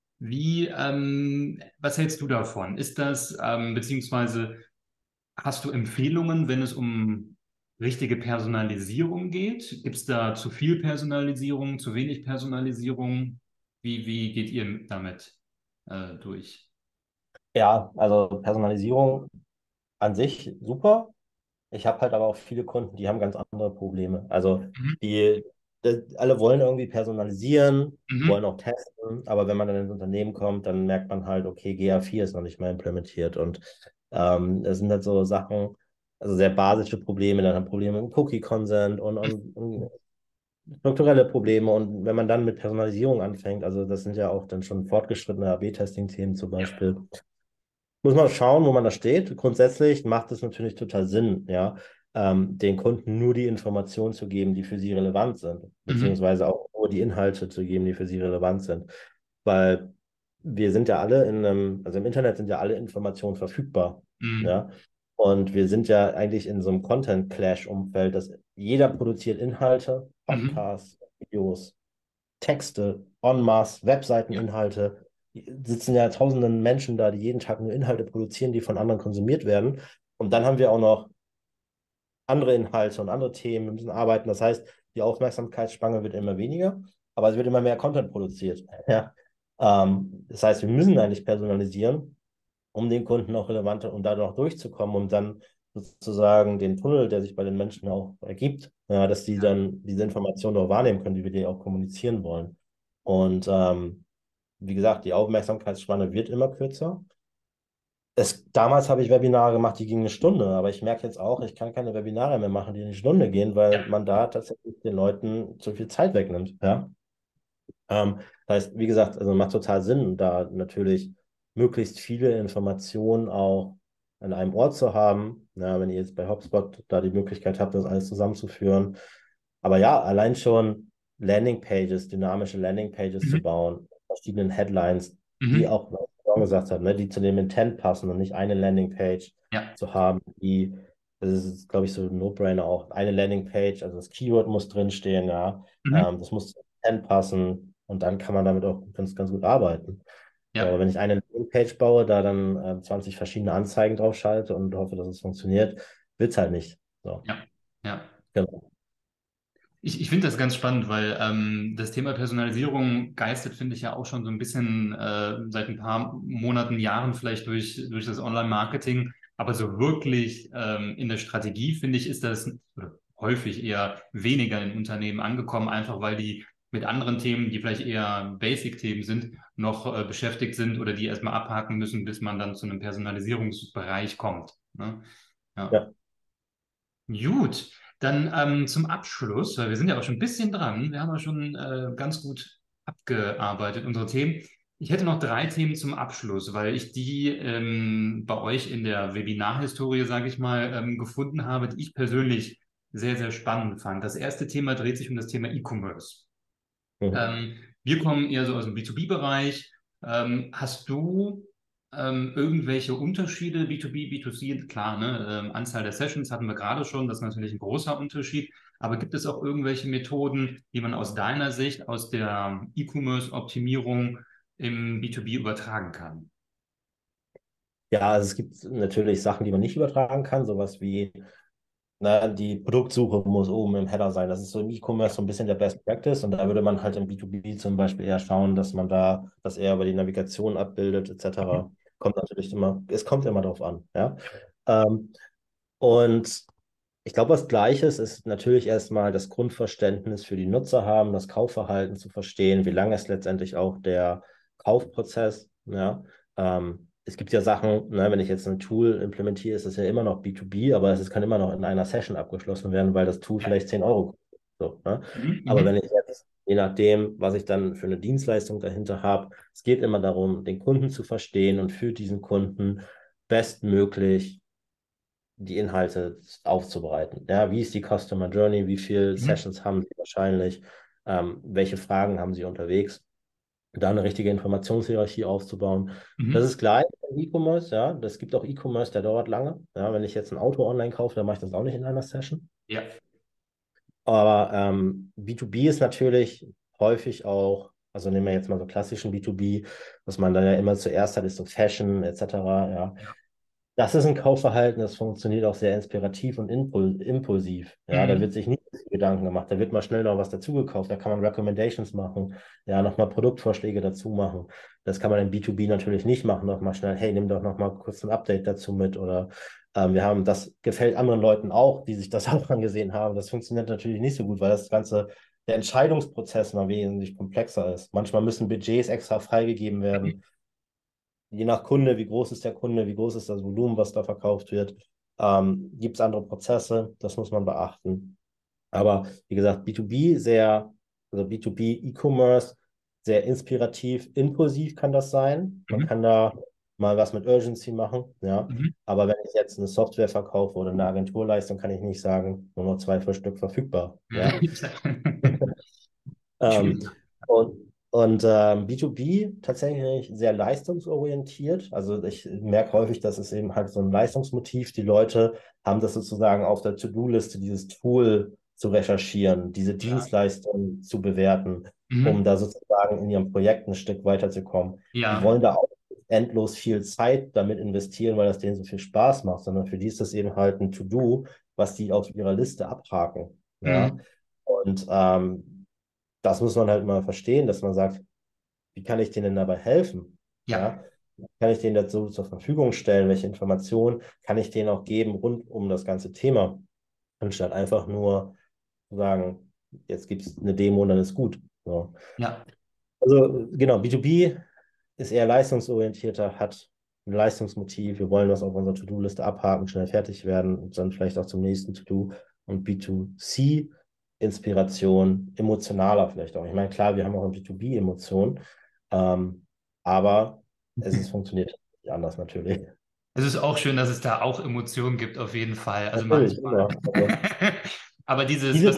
Was hältst du davon? Ist das, beziehungsweise hast du Empfehlungen, wenn es um richtige Personalisierung geht? Gibt es da zu viel Personalisierung, zu wenig Personalisierung? Wie geht ihr damit durch? Ja, also Personalisierung an sich super. Ich habe halt aber auch viele Kunden, die haben ganz andere Probleme. Also Mhm. alle wollen irgendwie personalisieren, wollen Mhm. auch testen, aber wenn man dann ins Unternehmen kommt, dann merkt man halt, okay, GA4 ist noch nicht mal implementiert und das sind halt so Sachen, also sehr basische Probleme, dann haben Probleme mit Cookie-Consent und strukturelle Probleme und wenn man dann mit Personalisierung anfängt, also das sind ja auch dann schon fortgeschrittene AB-Testing-Themen zum Ja. Beispiel, muss man schauen, wo man da steht. Grundsätzlich macht es natürlich total Sinn, ja, den Kunden nur die Informationen zu geben, die für sie relevant sind, Mhm. beziehungsweise auch nur die Inhalte zu geben, die für sie relevant sind. Weil wir sind ja alle also im Internet sind ja alle Informationen verfügbar, Mhm. ja. Und wir sind ja eigentlich in so einem Content-Clash-Umfeld, dass jeder produziert Inhalte, Mhm. Podcasts, Videos, Texte, en masse, Ja. Webseiteninhalte. Sitzen ja tausenden Menschen da, die jeden Tag nur Inhalte produzieren, die von anderen konsumiert werden. Und dann haben wir auch noch andere Inhalte und andere Themen. Wir müssen arbeiten. Das heißt, die Aufmerksamkeitsspanne wird immer weniger, aber es wird immer mehr Content produziert. Ja? Das heißt, wir müssen eigentlich personalisieren, um den Kunden auch relevanter und dadurch auch durchzukommen, um dann sozusagen den Tunnel, der sich bei den Menschen auch ergibt, ja, dass die dann diese Informationen auch wahrnehmen können, die wir dir auch kommunizieren wollen. Und wie gesagt, die Aufmerksamkeitsspanne wird immer kürzer. Damals habe ich Webinare gemacht, die gingen eine Stunde, aber ich merke jetzt auch, ich kann keine Webinare mehr machen, die eine Stunde gehen, weil Ja. man da tatsächlich den Leuten zu viel Zeit wegnimmt. Ja? Das heißt, wie gesagt, also macht total Sinn, da natürlich möglichst viele Informationen auch an einem Ort zu haben. Ja, wenn ihr jetzt bei HubSpot da die Möglichkeit habt, das alles zusammenzuführen. Aber ja, allein schon Landingpages, dynamische Landingpages zu Mhm. bauen, verschiedenen Headlines, die Mhm. auch, was ich schon gesagt habe, ne, die zu dem Intent passen und nicht eine Landingpage Ja. zu haben, die, das ist, glaube ich, so ein No-Brainer auch. Eine Landingpage, also das Keyword muss drinstehen, ja. Mhm. Das muss zum Intent passen und dann kann man damit auch ganz, ganz gut arbeiten. So, aber Ja. wenn ich eine Landingpage baue, da dann 20 verschiedene Anzeigen drauf schalte und hoffe, dass es funktioniert, wird es halt nicht. So, Ja. Ja. genau. Ich finde das ganz spannend, weil das Thema Personalisierung geistert, finde ich, ja auch schon so ein bisschen seit ein paar Monaten, Jahren vielleicht durch das Online-Marketing. Aber so wirklich in der Strategie, finde ich, ist das häufig eher weniger in Unternehmen angekommen, einfach weil die mit anderen Themen, die vielleicht eher Basic-Themen sind, noch beschäftigt sind oder die erstmal abhaken müssen, bis man dann zu einem Personalisierungsbereich kommt. Ne? Ja. Ja. Gut, dann zum Abschluss, weil wir sind ja auch schon ein bisschen dran. Wir haben ja schon ganz gut abgearbeitet, unsere Themen. Ich hätte noch drei Themen zum Abschluss, weil ich die bei euch in der Webinarhistorie, sage ich mal, gefunden habe, die ich persönlich sehr, sehr spannend fand. Das erste Thema dreht sich um das Thema E-Commerce. Mhm. Ähm, Wir kommen eher so aus dem B2B-Bereich. Hast du irgendwelche Unterschiede, B2B, B2C? Klar, ne? Anzahl der Sessions hatten wir gerade schon, das ist natürlich ein großer Unterschied. Aber gibt es auch irgendwelche Methoden, die man aus deiner Sicht, aus der E-Commerce-Optimierung im B2B übertragen kann? Ja, also es gibt natürlich Sachen, die man nicht übertragen kann, sowas wie, na, die Produktsuche muss oben im Header sein. Das ist so im E-Commerce so ein bisschen der Best Practice und da würde man halt im B2B zum Beispiel eher schauen, dass man da das eher über die Navigation abbildet, Mhm. etc. Kommt natürlich immer, es kommt immer drauf an, ja. Ähm, und Ich glaube, was Gleiches ist natürlich erstmal das Grundverständnis für die Nutzer haben, das Kaufverhalten zu verstehen, wie lange ist letztendlich auch der Kaufprozess. Ja? Es gibt ja Sachen, ne, wenn ich jetzt ein Tool implementiere, ist es ja immer noch B2B, aber es kann immer noch in einer Session abgeschlossen werden, weil das Tool Ja. vielleicht 10 Euro kostet. So, ne? Mhm. Aber wenn Mhm. ich jetzt, je nachdem, was ich dann für eine Dienstleistung dahinter habe, es geht immer darum, den Kunden zu verstehen und für diesen Kunden bestmöglich die Inhalte aufzubereiten. Ja, wie ist die Customer Journey? Wie viele Mhm. Sessions haben Sie wahrscheinlich? Welche Fragen haben Sie unterwegs? Da eine richtige Informationshierarchie aufzubauen. Das Mhm. ist gleich im E-Commerce, ja. Es gibt auch E-Commerce, der dauert lange. Ja, wenn ich jetzt ein Auto online kaufe, dann mache ich das auch nicht in einer Session. Ja. Aber B2B ist natürlich häufig auch, also nehmen wir jetzt mal so klassischen B2B, was man dann ja immer zuerst hat, ist so Fashion etc. Ja. Ja. Das ist ein Kaufverhalten, das funktioniert auch sehr inspirativ und impulsiv. Ja, da wird Mhm. sich nicht so viel Gedanken gemacht. Da wird mal schnell noch was dazugekauft. Da kann man Recommendations machen. Ja, nochmal Produktvorschläge dazu machen. Das kann man im B2B natürlich nicht machen. Noch mal schnell, hey, nimm doch noch mal kurz ein Update dazu mit. Oder wir haben, das gefällt anderen Leuten auch, die sich das auch angesehen haben. Das funktioniert natürlich nicht so gut, weil das Ganze, der Entscheidungsprozess mal wesentlich komplexer ist. Manchmal müssen Budgets extra freigegeben werden, je nach Kunde, wie groß ist der Kunde, wie groß ist das Volumen, was da verkauft wird, gibt es andere Prozesse, das muss man beachten. Aber wie gesagt, B2B sehr, also B2B E-Commerce, sehr inspirativ, impulsiv kann das sein. Man Mhm. kann da mal was mit Urgency machen, ja. Mhm. Aber wenn ich jetzt eine Software verkaufe oder eine Agenturleistung, kann ich nicht sagen, nur noch 2 Stück verfügbar, ja. Ähm, Schwierig. und B2B tatsächlich sehr leistungsorientiert. Also ich merke häufig, dass es eben halt so ein Leistungsmotiv. Die Leute haben das sozusagen auf der To-Do-Liste, dieses Tool zu recherchieren, diese Ja. Dienstleistung zu bewerten, um Mhm. da sozusagen in ihrem Projekt ein Stück weiterzukommen. Die Ja. wollen da auch endlos viel Zeit damit investieren, weil das denen so viel Spaß macht, sondern für die ist das eben halt ein To-Do, was die auf ihrer Liste abhaken. Ja. Mhm. Und das muss man halt mal verstehen, dass man sagt, wie kann ich denen dabei helfen? Ja. Ja, wie kann ich denen dazu zur Verfügung stellen? Welche Informationen kann ich denen auch geben rund um das ganze Thema? Anstatt einfach nur zu sagen, jetzt gibt es eine Demo und dann ist gut. So. Ja. Also genau, B2B ist eher leistungsorientierter, hat ein Leistungsmotiv. Wir wollen was auf unserer To-Do-Liste abhaken, schnell fertig werden und dann vielleicht auch zum nächsten To-Do. Und B2C, Inspiration, emotionaler vielleicht auch. Ich meine, klar, wir haben auch in B2B Emotionen, ähm, aber funktioniert nicht anders natürlich. Es ist auch schön, dass es da auch Emotionen gibt, auf jeden Fall. Also Natürlich, manchmal. immer. Also Aber dieses, viele was.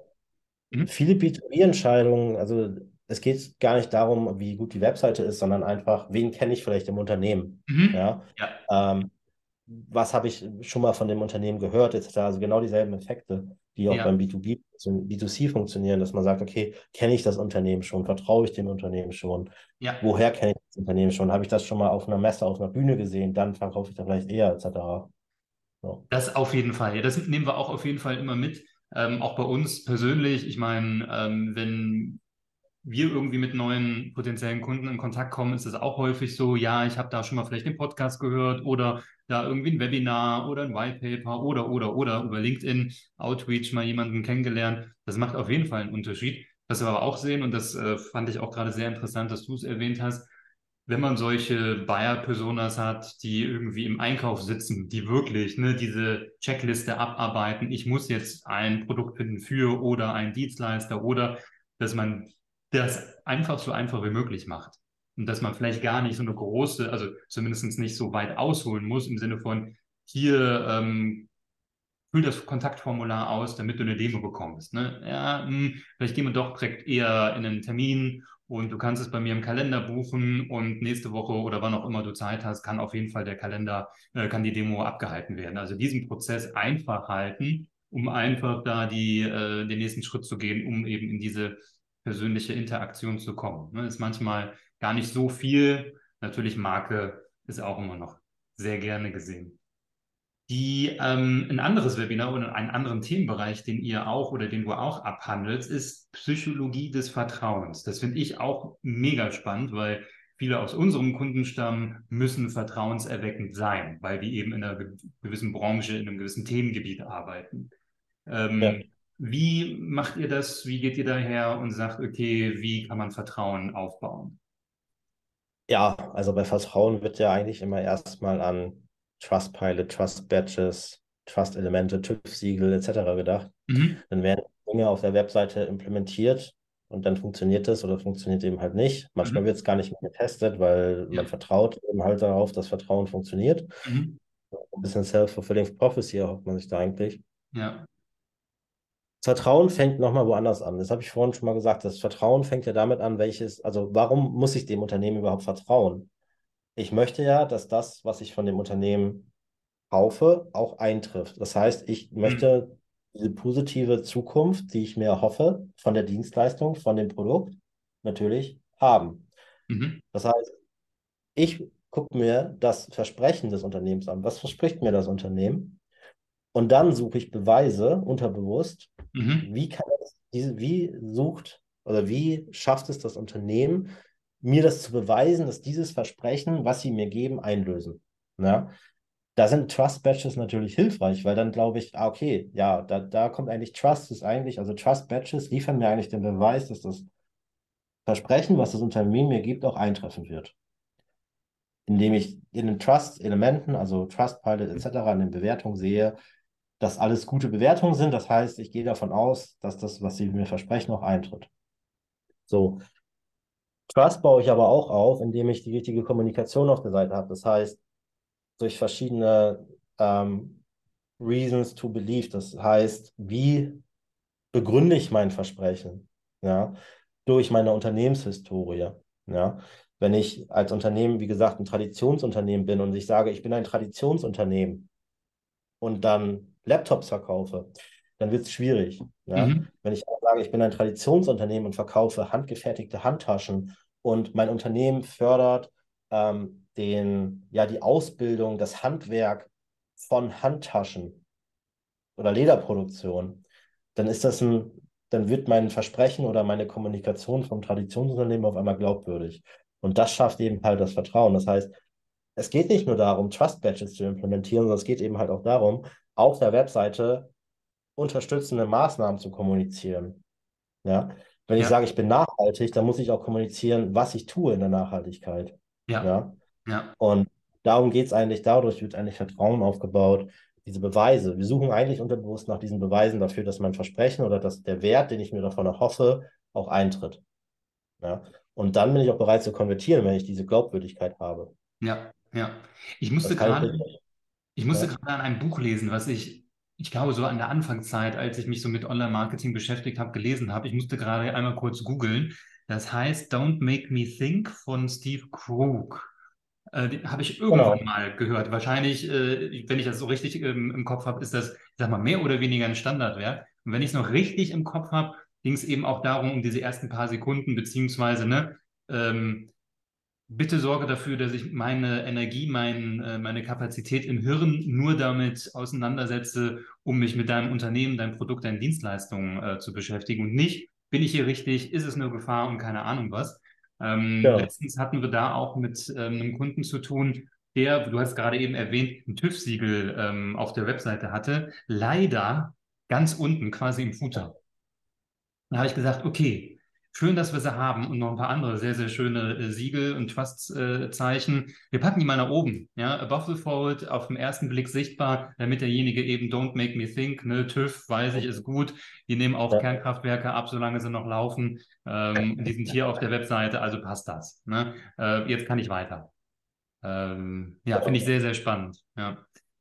Mhm. Viele B2B-Entscheidungen, also es geht gar nicht darum, wie gut die Webseite ist, sondern einfach, wen kenne ich vielleicht im Unternehmen? Mhm. Ja, Ja. ähm, was habe ich schon mal von dem Unternehmen gehört, etc. Also genau dieselben Effekte, die auch beim Ja. B2B, also B2C funktionieren, dass man sagt, okay, kenne ich das Unternehmen schon, vertraue ich dem Unternehmen schon, Ja. woher kenne ich das Unternehmen schon, habe ich das schon mal auf einer Messe, auf einer Bühne gesehen, dann verkaufe ich da vielleicht eher, etc. So. Das auf jeden Fall. Ja, das nehmen wir auch auf jeden Fall immer mit. Auch bei uns persönlich. Ich meine, wenn wir irgendwie mit neuen potenziellen Kunden in Kontakt kommen, ist es auch häufig so, ja, ich habe da schon mal vielleicht den Podcast gehört oder da irgendwie ein Webinar oder ein White Paper oder über LinkedIn Outreach mal jemanden kennengelernt. Das macht auf jeden Fall einen Unterschied. Was wir aber auch sehen, und das fand ich auch gerade sehr interessant, dass du es erwähnt hast, wenn man solche Buyer-Personas hat, die irgendwie im Einkauf sitzen, die wirklich diese Checkliste abarbeiten, ich muss jetzt ein Produkt finden für oder einen Dienstleister oder dass man das einfach so einfach wie möglich macht. Und dass man vielleicht gar nicht so eine große, also zumindest nicht so weit ausholen muss im Sinne von, hier füll das Kontaktformular aus, damit du eine Demo bekommst. Ne? Ja, vielleicht gehen wir doch direkt eher in einen Termin und du kannst es bei mir im Kalender buchen und nächste Woche oder wann auch immer du Zeit hast, kann auf jeden Fall der Kalender, kann die Demo abgehalten werden. Also diesen Prozess einfach halten, um einfach da den nächsten Schritt zu gehen, um eben in diese persönliche Interaktion zu kommen. Ne? Ist manchmal gar nicht so viel. Natürlich Marke ist auch immer noch sehr gerne gesehen. Ein anderes Webinar oder einen anderen Themenbereich, den ihr auch oder den du auch abhandelst, ist Psychologie des Vertrauens. Das finde ich auch mega spannend, weil viele aus unserem Kundenstamm müssen vertrauenserweckend sein, weil die eben in einer gewissen Branche, in einem gewissen Themengebiet arbeiten. Ja. Wie macht ihr das? Wie geht ihr daher und sagt, okay, wie kann man Vertrauen aufbauen? Ja, also bei Vertrauen wird ja eigentlich immer erstmal an Trustpilot, Trust Badges, Trust-Elemente, TÜV-Siegel etc. gedacht. Mhm. Dann werden Dinge auf der Webseite implementiert und dann funktioniert es oder funktioniert eben halt nicht. Manchmal Mhm. wird es gar nicht mehr getestet, weil Ja. man vertraut eben halt darauf, dass Vertrauen funktioniert. Mhm. Ein bisschen Self-Fulfilling Prophecy erhofft man sich da eigentlich. Ja. Das Vertrauen fängt nochmal woanders an. Das habe ich vorhin schon mal gesagt. Das Vertrauen fängt ja damit an, also warum muss ich dem Unternehmen überhaupt vertrauen? Ich möchte ja, dass das, was ich von dem Unternehmen kaufe, auch eintrifft. Das heißt, ich Mhm. möchte diese positive Zukunft, die ich mir hoffe, von der Dienstleistung, von dem Produkt, natürlich haben. Mhm. Das heißt, ich gucke mir das Versprechen des Unternehmens an. Was verspricht mir das Unternehmen? Und dann suche ich Beweise unterbewusst. Mhm. Wie kann wie sucht oder wie schafft es das Unternehmen, mir das zu beweisen, dass dieses Versprechen, was sie mir geben, einlösen? Ja? Da sind Trust Badges natürlich hilfreich, weil dann glaube ich, okay, ja, da kommt eigentlich also Trust Badges liefern mir eigentlich den Beweis, dass das Versprechen, was das Unternehmen mir gibt, auch eintreffen wird. Indem ich in den Trust-Elementen, also Trustpilot etc., in den Bewertungen sehe, dass alles gute Bewertungen sind. Das heißt, ich gehe davon aus, dass das, was sie mir versprechen, auch eintritt. So, Trust baue ich aber auch auf, indem ich die richtige Kommunikation auf der Seite habe. Das heißt, durch verschiedene Reasons to believe. Das heißt, wie begründe ich mein Versprechen? Ja, durch meine Unternehmenshistorie. Ja, wenn ich als Unternehmen, wie gesagt, ein Traditionsunternehmen bin und ich sage, ich bin ein Traditionsunternehmen und dann Laptops verkaufe, dann wird es schwierig. Ja? Mhm. Wenn ich aber sage, ich bin ein Traditionsunternehmen und verkaufe handgefertigte Handtaschen und mein Unternehmen fördert die Ausbildung, das Handwerk von Handtaschen oder Lederproduktion, dann dann wird mein Versprechen oder meine Kommunikation vom Traditionsunternehmen auf einmal glaubwürdig. Und das schafft eben halt das Vertrauen. Das heißt, es geht nicht nur darum, Trust Badges zu implementieren, sondern es geht eben halt auch darum, auf der Webseite unterstützende Maßnahmen zu kommunizieren. Ja? Wenn ich Ja. sage, ich bin nachhaltig, dann muss ich auch kommunizieren, was ich tue in der Nachhaltigkeit. Ja. Ja? Ja. Und darum geht es eigentlich, dadurch wird eigentlich Vertrauen aufgebaut, diese Beweise. Wir suchen eigentlich unterbewusst nach diesen Beweisen dafür, dass mein Versprechen oder dass der Wert, den ich mir davon erhoffe, auch eintritt. Ja? Und dann bin ich auch bereit zu konvertieren, wenn ich diese Glaubwürdigkeit habe. Ja. Ja. Ich Das musste kann ich gerade nicht. Ich musste Ja, gerade an einem Buch lesen, was ich glaube, so an der Anfangszeit, als ich mich so mit Online-Marketing beschäftigt habe, gelesen habe. Ich musste gerade einmal kurz googeln. Das heißt Don't Make Me Think von Steve Krug. Den habe ich irgendwann genau. mal gehört. Wahrscheinlich, wenn ich das so richtig im Kopf habe, ist das, ich sag mal, mehr oder weniger ein Standardwerk. Und wenn ich es noch richtig im Kopf habe, ging es eben auch darum, um diese ersten paar Sekunden, beziehungsweise, ne, bitte sorge dafür, dass ich meine Energie, meine Kapazität im Hirn nur damit auseinandersetze, um mich mit deinem Unternehmen, deinem Produkt, deinen Dienstleistungen zu beschäftigen und nicht, bin ich hier richtig, ist es eine Gefahr und keine Ahnung was. Ja, Letztens hatten wir da auch mit einem Kunden zu tun, der, du hast gerade eben erwähnt, ein TÜV-Siegel auf der Webseite hatte, leider ganz unten, quasi im Footer. Da habe ich gesagt, okay, schön, dass wir sie haben und noch ein paar andere sehr, sehr schöne Siegel und Trust-Zeichen. Wir packen die mal nach oben. Ja, above the fold, auf den ersten Blick sichtbar, damit derjenige eben don't make me think, ne, TÜV, weiß ich, ist gut. Die nehmen auch ja, Kernkraftwerke ab, solange sie noch laufen. Die sind hier auf der Webseite, also passt das. Ne? Jetzt kann ich weiter. Ja, finde ich ja. sehr, sehr spannend. Ja.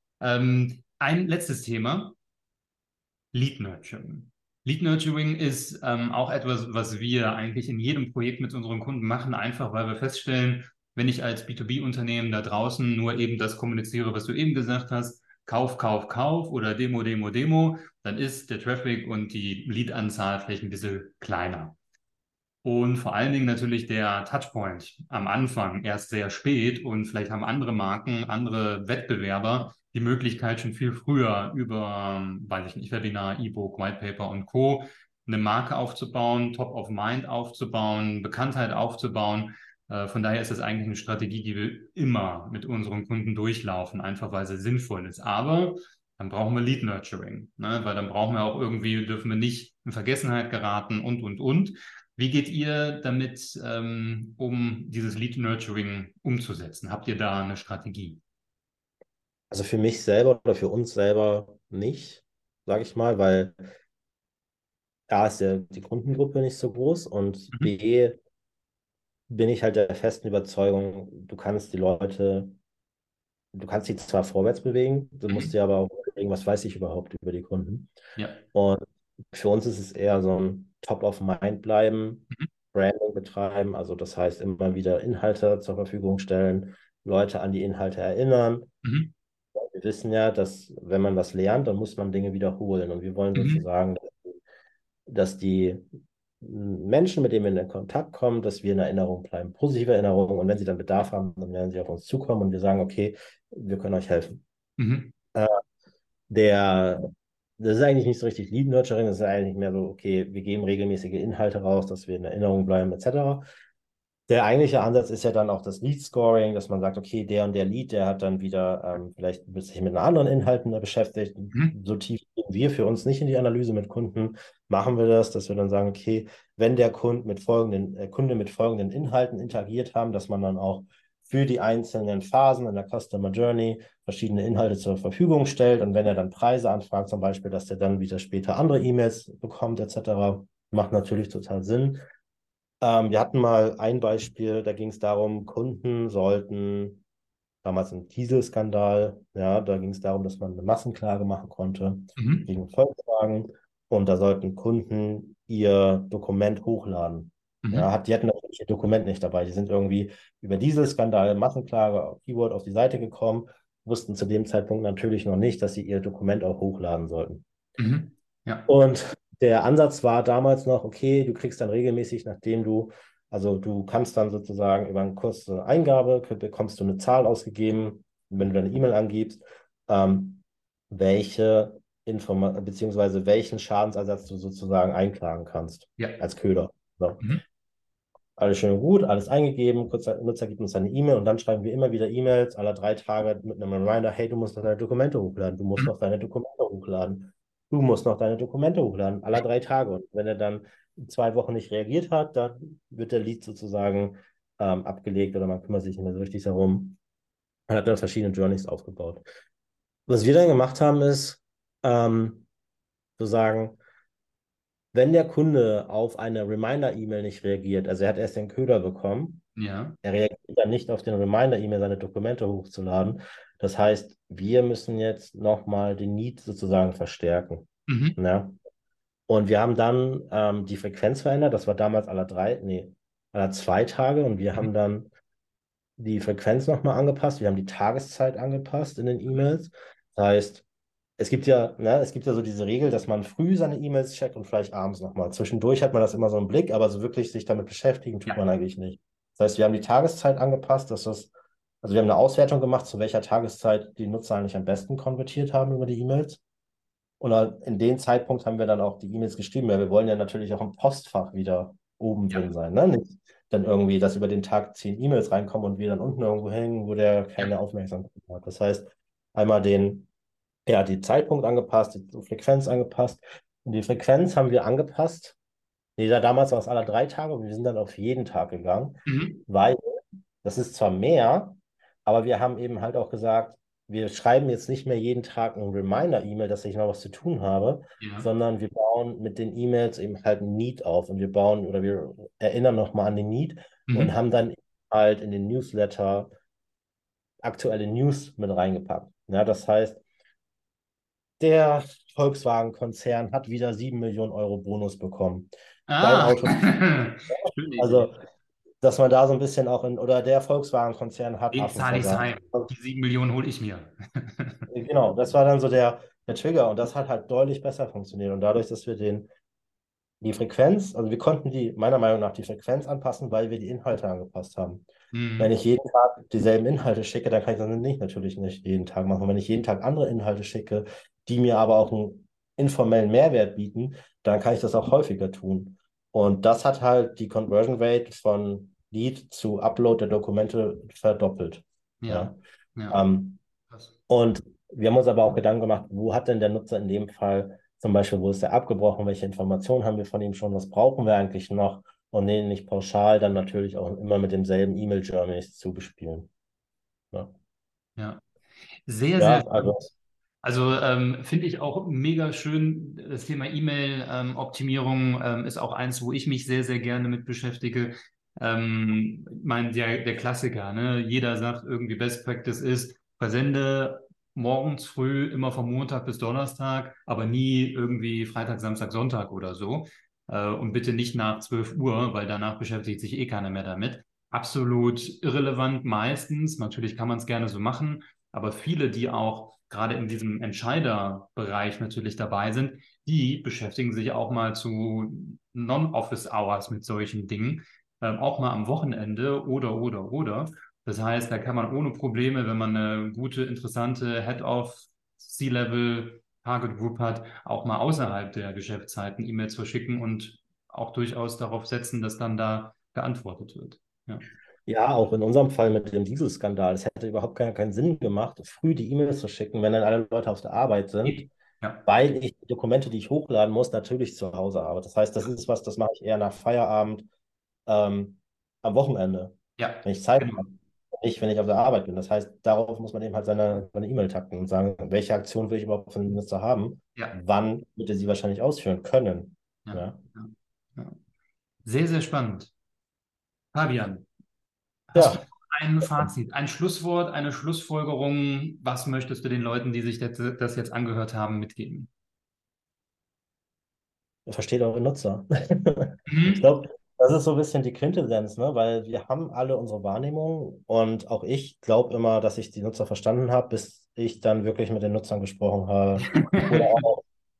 Ein letztes Thema. Lead Nurturing. Lead Nurturing ist auch etwas, was wir eigentlich in jedem Projekt mit unseren Kunden machen, einfach weil wir feststellen, wenn ich als B2B-Unternehmen da draußen nur eben das kommuniziere, was du eben gesagt hast, Kauf, Kauf, Kauf oder Demo, Demo, Demo, dann ist der Traffic und die Lead-Anzahl vielleicht ein bisschen kleiner. Und vor allen Dingen natürlich der Touchpoint am Anfang erst sehr spät und vielleicht haben andere Marken, andere Wettbewerber die Möglichkeit schon viel früher über, weiß ich nicht, Webinar, E-Book, White Paper und Co. eine Marke aufzubauen, Top of Mind aufzubauen, Bekanntheit aufzubauen. Von daher ist das eigentlich eine Strategie, die wir immer mit unseren Kunden durchlaufen, einfach weil sie sinnvoll ist. Aber dann brauchen wir Lead Nurturing, ne? Weil dann brauchen wir auch irgendwie, dürfen wir nicht in Vergessenheit geraten und. Wie geht ihr damit um, dieses Lead Nurturing umzusetzen? Habt ihr da eine Strategie? Also für mich selber oder für uns selber nicht, sage ich mal, weil A ist ja die Kundengruppe nicht so groß und Mhm. B bin ich halt der festen Überzeugung, du kannst sie zwar vorwärts bewegen, du musst Mhm. dir aber auch überlegen, was weiß ich überhaupt über die Kunden. Ja. Und für uns ist es eher so ein Top of Mind bleiben, Mhm. Branding betreiben, also das heißt immer wieder Inhalte zur Verfügung stellen, Leute an die Inhalte erinnern. Mhm. Wir wissen ja, dass wenn man was lernt, dann muss man Dinge wiederholen. Und wir wollen Mhm. sozusagen, dass die Menschen, mit denen wir in Kontakt kommen, dass wir in Erinnerung bleiben, positive Erinnerungen. Und wenn sie dann Bedarf haben, dann werden sie auf uns zukommen und wir sagen, okay, wir können euch helfen. Mhm. Äh, der, Das ist eigentlich nicht so richtig Lead Nurturing, das ist eigentlich mehr so, okay, wir geben regelmäßige Inhalte raus, dass wir in Erinnerung bleiben, etc. Der eigentliche Ansatz ist ja dann auch das Lead-Scoring, dass man sagt, okay, der und der Lead, der hat dann wieder vielleicht sich mit einer anderen Inhalten beschäftigt. Mhm. So tief gehen wir für uns nicht in die Analyse mit Kunden. Machen wir das, dass wir dann sagen, okay, wenn der Kunde mit folgenden Inhalten interagiert haben, dass man dann auch für die einzelnen Phasen in der Customer Journey verschiedene Inhalte zur Verfügung stellt. Und wenn er dann Preise anfragt, zum Beispiel, dass der dann wieder später andere E-Mails bekommt, etc., macht natürlich total Sinn. Wir hatten mal ein Beispiel, da ging es darum, Kunden sollten, damals ein Dieselskandal, ja, da ging es darum, dass man eine Massenklage machen konnte Mhm. gegen Volkswagen und da sollten Kunden ihr Dokument hochladen. Ja, Mhm. die hatten natürlich ihr Dokument nicht dabei. Die sind irgendwie über Dieselskandal, Massenklage, Keyword auf die Seite gekommen, wussten zu dem Zeitpunkt natürlich noch nicht, dass sie ihr Dokument auch hochladen sollten. Mhm. Ja. Und der Ansatz war damals noch, okay, du kriegst dann regelmäßig, also du kannst dann sozusagen über eine kurze Eingabe, bekommst du eine Zahl ausgegeben, wenn du deine E-Mail angibst, ähm, beziehungsweise welchen Schadensersatz du sozusagen einklagen kannst Ja. als Köder. So. Mhm. Alles schön und gut, alles eingegeben, Nutzer gibt uns eine E-Mail und dann schreiben wir immer wieder E-Mails alle 3 Tage mit einem Reminder, hey, du musst noch deine Dokumente hochladen, du musst Mhm. noch deine Dokumente hochladen, du musst noch deine Dokumente hochladen, alle 3 Tage. Und wenn er dann 2 Wochen nicht reagiert hat, dann wird der Lead sozusagen abgelegt oder man kümmert sich nicht mehr so richtig darum. Man hat dann verschiedene Journeys aufgebaut. Was wir dann gemacht haben, ist zu sagen, wenn der Kunde auf eine Reminder-E-Mail nicht reagiert, also er hat erst den Köder bekommen, Ja. er reagiert dann nicht auf den Reminder-E-Mail, seine Dokumente hochzuladen. Das heißt, wir müssen jetzt nochmal den Need sozusagen verstärken. Mhm. Ja? Und wir haben dann die Frequenz verändert. Das war damals aller 2 Tage. Und wir Mhm. haben dann die Frequenz nochmal angepasst. Wir haben die Tageszeit angepasst in den E-Mails. Das heißt, es gibt ja so diese Regel, dass man früh seine E-Mails checkt und vielleicht abends nochmal. Zwischendurch hat man das immer so im Blick, aber so wirklich sich damit beschäftigen tut man Ja. eigentlich nicht. Das heißt, wir haben die Tageszeit angepasst, also wir haben eine Auswertung gemacht, zu welcher Tageszeit die Nutzer eigentlich am besten konvertiert haben über die E-Mails. Und halt in dem Zeitpunkt haben wir dann auch die E-Mails geschrieben, weil wir wollen ja natürlich auch im Postfach wieder oben Ja. drin sein. Ne? Nicht dann irgendwie, dass über den Tag 10 E-Mails reinkommen und wir dann unten irgendwo hängen, wo der Ja. keine Aufmerksamkeit hat. Das heißt, einmal die Zeitpunkt angepasst, die Frequenz angepasst. Und die Frequenz haben wir angepasst. Nee, damals war es alle 3 Tage und wir sind dann auf jeden Tag gegangen, Mhm. weil das ist zwar mehr, aber wir haben eben halt auch gesagt, wir schreiben jetzt nicht mehr jeden Tag ein Reminder-E-Mail, dass ich noch was zu tun habe, Ja. sondern wir bauen mit den E-Mails eben halt ein Need auf und wir erinnern nochmal an den Need und Mhm. haben dann halt in den Newsletter aktuelle News mit reingepackt. Ja, das heißt, der Volkswagen-Konzern hat wieder 7 Millionen Euro Bonus bekommen. Dein Ah, Auto, schöne Idee. also dass man da so ein bisschen oder der Volkswagen-Konzern hat Den zahle ich Affenversagen. heim. Die 7 Millionen hole ich mir. Genau, das war dann so der Trigger und das hat halt deutlich besser funktioniert. Und dadurch, dass wir die Frequenz, also wir konnten meiner Meinung nach die Frequenz anpassen, weil wir die Inhalte angepasst haben. Wenn Mhm. ich jeden Tag dieselben Inhalte schicke, dann kann ich das natürlich nicht jeden Tag machen. Wenn ich jeden Tag andere Inhalte schicke, die mir aber auch einen informellen Mehrwert bieten, dann kann ich das auch häufiger tun. Und das hat halt die Conversion Rate von Lead zu Upload der Dokumente verdoppelt. Ja, Ja. ja, Ähm, krass. und wir haben uns aber auch Gedanken gemacht, wo hat denn der Nutzer in dem Fall zum Beispiel, wo ist er abgebrochen, welche Informationen haben wir von ihm schon, was brauchen wir eigentlich noch und den nicht pauschal dann natürlich auch immer mit demselben E-Mail-Journeys zu bespielen. Ja, Ja, sehr, ja sehr also spannend. Also finde ich auch mega schön. Das Thema E-Mail-Optimierung ist auch eins, wo ich mich sehr, sehr gerne mit beschäftige. Ich meine, der Klassiker, ne? Jeder sagt irgendwie Best Practice ist, versende morgens früh immer von Montag bis Donnerstag, aber nie irgendwie Freitag, Samstag, Sonntag oder so. Und bitte nicht nach 12 Uhr, weil danach beschäftigt sich eh keiner mehr damit. Absolut irrelevant meistens. Natürlich kann man es gerne so machen, aber viele, die auch gerade in diesem Entscheiderbereich natürlich dabei sind, die beschäftigen sich auch mal zu Non-Office Hours mit solchen Dingen, auch mal am Wochenende oder. Das heißt, da kann man ohne Probleme, wenn man eine gute, interessante Head-of C-Level Target Group hat, auch mal außerhalb der Geschäftszeiten E-Mails verschicken und auch durchaus darauf setzen, dass dann da geantwortet wird. Ja. ja, auch in unserem Fall mit dem Dieselskandal, es hätte überhaupt keinen Sinn gemacht, früh die E-Mails zu schicken, wenn dann alle Leute auf der Arbeit sind, Ja. weil ich die Dokumente, die ich hochladen muss, natürlich zu Hause habe. Das heißt, das ist was, das mache ich eher nach Feierabend, ähm, am Wochenende, Ja, wenn ich Zeit genau. habe, nicht wenn ich auf der Arbeit bin. Das heißt, darauf muss man eben halt seine E-Mail takten und sagen, welche Aktion will ich überhaupt von dem Nutzer haben, Ja, wann wird er sie wahrscheinlich ausführen können. ja, Ja, ja, ja. Sehr, sehr spannend. Fabian, hast du ja, ein Fazit, ein Schlusswort, eine Schlussfolgerung? Was möchtest du den Leuten, die sich das jetzt angehört haben, mitgeben? versteht eure Nutzer. Ich Mhm. glaube, das ist so ein bisschen die Quintessenz, ne? Weil wir haben alle unsere Wahrnehmung und auch ich glaube immer, dass ich die Nutzer verstanden habe, bis ich dann wirklich mit den Nutzern gesprochen habe. Oder auch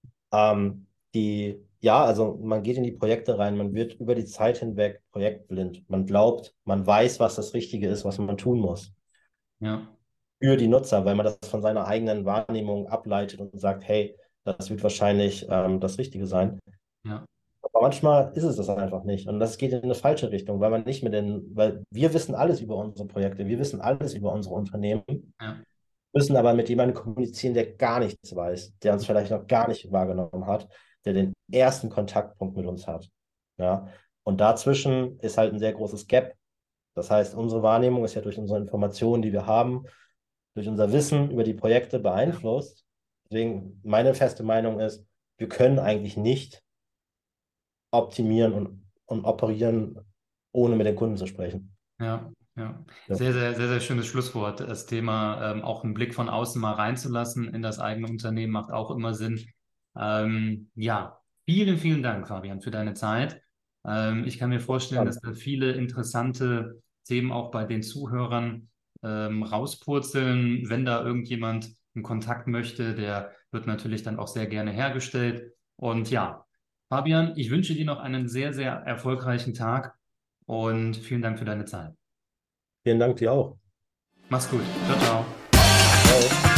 ja, also man geht in die Projekte rein, man wird über die Zeit hinweg projektblind. Man glaubt, man weiß, was das Richtige ist, was man tun muss Ja, für die Nutzer, weil man das von seiner eigenen Wahrnehmung ableitet und sagt, hey, das wird wahrscheinlich das Richtige sein. ja, Aber manchmal ist es das einfach nicht. Und das geht in eine falsche Richtung, weil man nicht mit weil wir wissen alles über unsere Projekte, wir wissen alles über unsere Unternehmen, ja, müssen aber mit jemandem kommunizieren, der gar nichts weiß, der uns vielleicht noch gar nicht wahrgenommen hat, der den ersten Kontaktpunkt mit uns hat. Ja? Und dazwischen ist halt ein sehr großes Gap. Das heißt, unsere Wahrnehmung ist ja durch unsere Informationen, die wir haben, durch unser Wissen über die Projekte beeinflusst. Deswegen meine feste Meinung ist, wir können eigentlich nicht optimieren und operieren, ohne mit den Kunden zu sprechen. ja, ja. Ja, Sehr, sehr, sehr, sehr schönes Schlusswort. Das Thema, auch einen Blick von außen mal reinzulassen in das eigene Unternehmen macht auch immer Sinn. Ja, vielen, vielen Dank, Fabian, für deine Zeit. Ich kann mir vorstellen, dass da viele interessante Themen auch bei den Zuhörern rauspurzeln. Wenn da irgendjemand einen Kontakt möchte, der wird natürlich dann auch sehr gerne hergestellt. Und ja, Fabian, ich wünsche dir noch einen sehr, sehr erfolgreichen Tag und vielen Dank für deine Zeit. vielen Dank dir auch. Mach's gut. Ciao, ciao. Ciao.